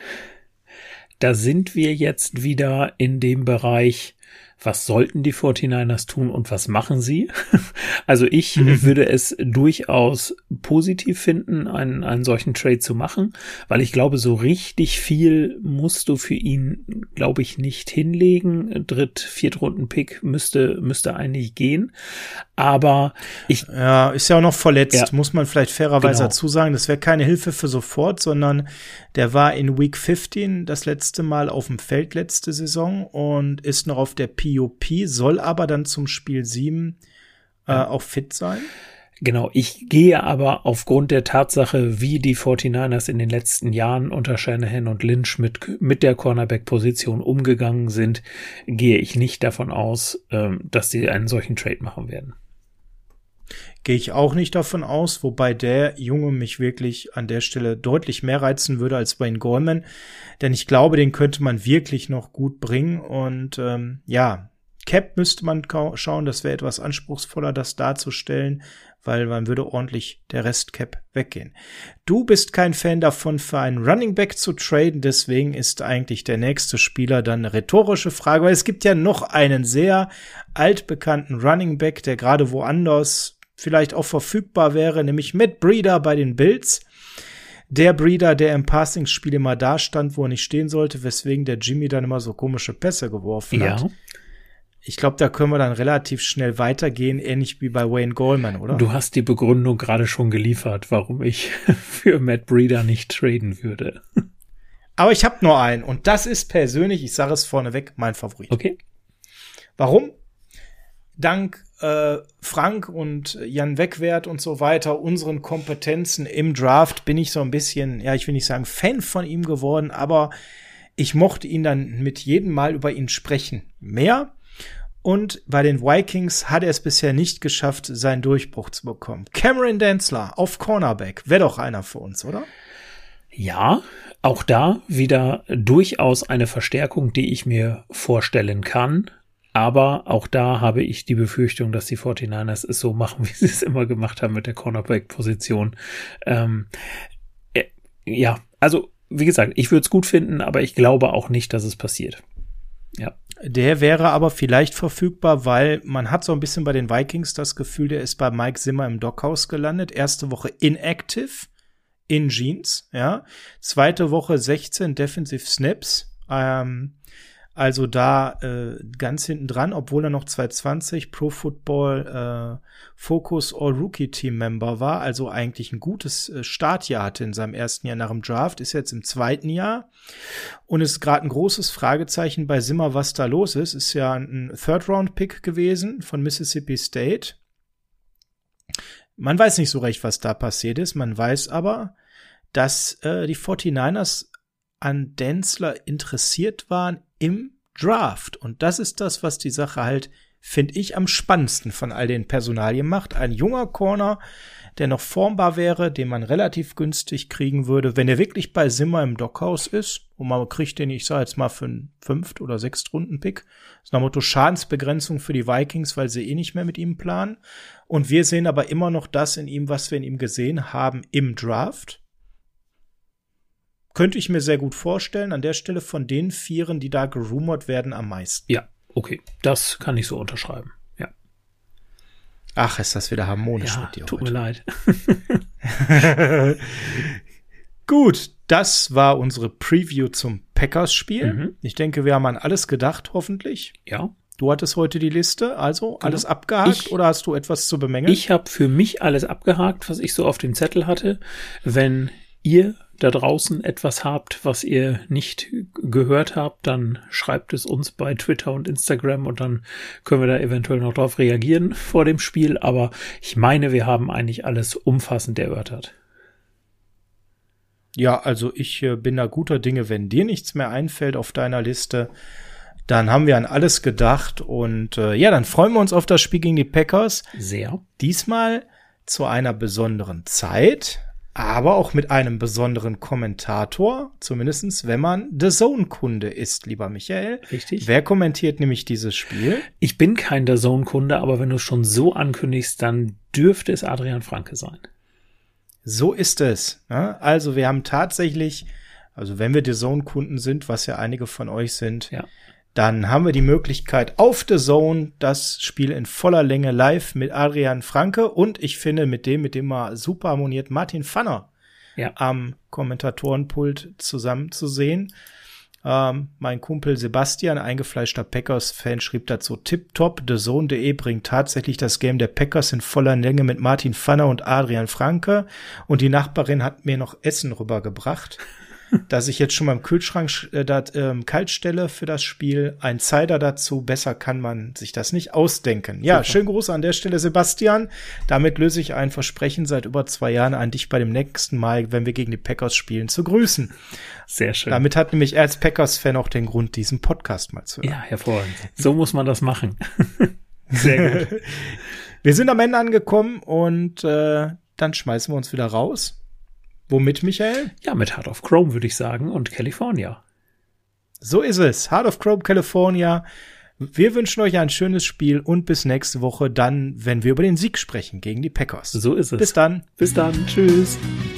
da sind wir jetzt wieder in dem Bereich, was sollten die forty-niners tun und was machen sie? Also ich mhm. würde es durchaus positiv finden, einen, einen solchen Trade zu machen, weil ich glaube, so richtig viel musst du für ihn, glaube ich, nicht hinlegen. Dritt-, Viertrunden-Pick müsste, müsste eigentlich gehen. Aber ich... Ja, ist ja auch noch verletzt, ja, muss man vielleicht fairerweise genau. dazu sagen. Das wäre keine Hilfe für sofort, sondern der war in Week fünfzehn das letzte Mal auf dem Feld letzte Saison und ist noch auf der P O P, soll aber dann zum Spiel sieben äh, ja. auch fit sein. Genau, ich gehe aber aufgrund der Tatsache, wie die forty-niners in den letzten Jahren unter Shanahan und Lynch mit, mit der Cornerback-Position umgegangen sind, gehe ich nicht davon aus, ähm, dass sie einen solchen Trade machen werden. Gehe ich auch nicht davon aus, wobei der Junge mich wirklich an der Stelle deutlich mehr reizen würde als Wayne Gallman, denn ich glaube, den könnte man wirklich noch gut bringen und ähm, ja, Cap müsste man schauen, das wäre etwas anspruchsvoller, das darzustellen, weil man würde ordentlich der Rest Cap weggehen. Du bist kein Fan davon, für einen Running Back zu traden, deswegen ist eigentlich der nächste Spieler dann eine rhetorische Frage, weil es gibt ja noch einen sehr altbekannten Running Back, der gerade woanders vielleicht auch verfügbar wäre, nämlich Matt Breida bei den Bills. Der Breida, der im Passing-Spiel immer da stand, wo er nicht stehen sollte, weswegen der Jimmy dann immer so komische Pässe geworfen ja. hat. Ich glaube, da können wir dann relativ schnell weitergehen, ähnlich wie bei Wayne Gallman, oder? Du hast die Begründung gerade schon geliefert, warum ich für Matt Breida nicht traden würde. Aber ich habe nur einen und das ist persönlich, ich sage es vorneweg, mein Favorit. Okay. Warum? Dank äh, Frank und Jan Wegwert und so weiter, unseren Kompetenzen im Draft, bin ich so ein bisschen, ja, ich will nicht sagen Fan von ihm geworden, aber ich mochte ihn dann mit jedem Mal über ihn sprechen mehr. Und bei den Vikings hat er es bisher nicht geschafft, seinen Durchbruch zu bekommen. Cameron Dantzler auf Cornerback, wäre doch einer für uns, oder? Ja, auch da wieder durchaus eine Verstärkung, die ich mir vorstellen kann. Aber auch da habe ich die Befürchtung, dass die forty-niners es so machen, wie sie es immer gemacht haben mit der Cornerback-Position. Ähm, äh, ja, also wie gesagt, ich würde es gut finden, aber ich glaube auch nicht, dass es passiert. Ja. Der wäre aber vielleicht verfügbar, weil man hat so ein bisschen bei den Vikings das Gefühl, der ist bei Mike Zimmer im Doghouse gelandet. Erste Woche inactive, in Jeans, ja. Zweite Woche sechzehn Defensive Snaps, ähm, also da äh, ganz hinten dran, obwohl er noch zweitausendzwanzig Pro Football äh, Focus All-Rookie-Team-Member war, also eigentlich ein gutes äh, Startjahr hatte in seinem ersten Jahr nach dem Draft, ist jetzt im zweiten Jahr und ist gerade ein großes Fragezeichen bei Zimmer, was da los ist. Ist ja ein Third-Round-Pick gewesen von Mississippi State. Man weiß nicht so recht, was da passiert ist. Man weiß aber, dass äh, die forty-niners an Dantzler interessiert waren im Draft. Und das ist das, was die Sache halt finde ich, am spannendsten von all den Personalien macht. Ein junger Corner, der noch formbar wäre, den man relativ günstig kriegen würde, wenn er wirklich bei Zimmer im Dockhaus ist. Und man kriegt den, ich sage jetzt mal, für einen Fünft- oder Sechstrunden-Pick. Das ist nach Motto Schadensbegrenzung für die Vikings, weil sie eh nicht mehr mit ihm planen. Und wir sehen aber immer noch das in ihm, was wir in ihm gesehen haben im Draft. Könnte ich mir sehr gut vorstellen, an der Stelle von den Vieren, die da gerumort werden, am meisten. Ja, okay, das kann ich so unterschreiben. Ja. Ach, ist das wieder harmonisch ja, mit dir tut heute. mir leid. Gut, das war unsere Preview zum Packers-Spiel. Mhm. Ich denke, wir haben an alles gedacht, hoffentlich. Ja. Du hattest heute die Liste, also Genau. alles abgehakt Ich- oder hast du etwas zu bemängeln? Ich habe für mich alles abgehakt, was ich so auf dem Zettel hatte. Wenn ihr da draußen etwas habt, was ihr nicht gehört habt, dann schreibt es uns bei Twitter und Instagram und dann können wir da eventuell noch drauf reagieren vor dem Spiel. Aber ich meine, wir haben eigentlich alles umfassend erörtert. Ja, also ich äh, bin da guter Dinge, wenn dir nichts mehr einfällt auf deiner Liste, dann haben wir an alles gedacht und äh, ja, dann freuen wir uns auf das Spiel gegen die Packers. Sehr. Diesmal zu einer besonderen Zeit, aber auch mit einem besonderen Kommentator, zumindestens wenn man The Zone-Kunde ist, lieber Michael. Richtig. Wer kommentiert nämlich dieses Spiel? Ich bin kein D A Z N-Kunde, aber wenn du es schon so ankündigst, dann dürfte es Adrian Franke sein. So ist es. Ne? Also wir haben tatsächlich, also wenn wir The Zone-Kunden sind, was ja einige von euch sind, Ja. dann haben wir die Möglichkeit, auf The Zone das Spiel in voller Länge live mit Adrian Franke und ich finde mit dem, mit dem mal super harmoniert, Martin Pfanner Ja. am Kommentatorenpult zusammen zu sehen. Ähm, mein Kumpel Sebastian, eingefleischter Packers-Fan, schrieb dazu, tipptopp, The Zone punkt de bringt tatsächlich das Game der Packers in voller Länge mit Martin Pfanner und Adrian Franke und die Nachbarin hat mir noch Essen rübergebracht, dass ich jetzt schon mal im Kühlschrank äh, dat, ähm, kalt stelle für das Spiel. Ein Cider dazu, besser kann man sich das nicht ausdenken. Ja, Super. schönen Gruß an der Stelle, Sebastian. Damit löse ich ein Versprechen seit über zwei Jahren an dich bei dem nächsten Mal, wenn wir gegen die Packers spielen, zu grüßen. Sehr schön. Damit hat nämlich er als Packers-Fan auch den Grund, diesen Podcast mal zu hören. Ja, hervorragend. So muss man das machen. Sehr gut. Wir sind am Ende angekommen und äh, dann schmeißen wir uns wieder raus. Womit, Michael? Ja, mit Heart of Chrome würde ich sagen und California. So ist es. Heart of Chrome, California. Wir wünschen euch ein schönes Spiel und bis nächste Woche dann, wenn wir über den Sieg sprechen gegen die Packers. So ist es. Bis dann. Bis dann. Tschüss.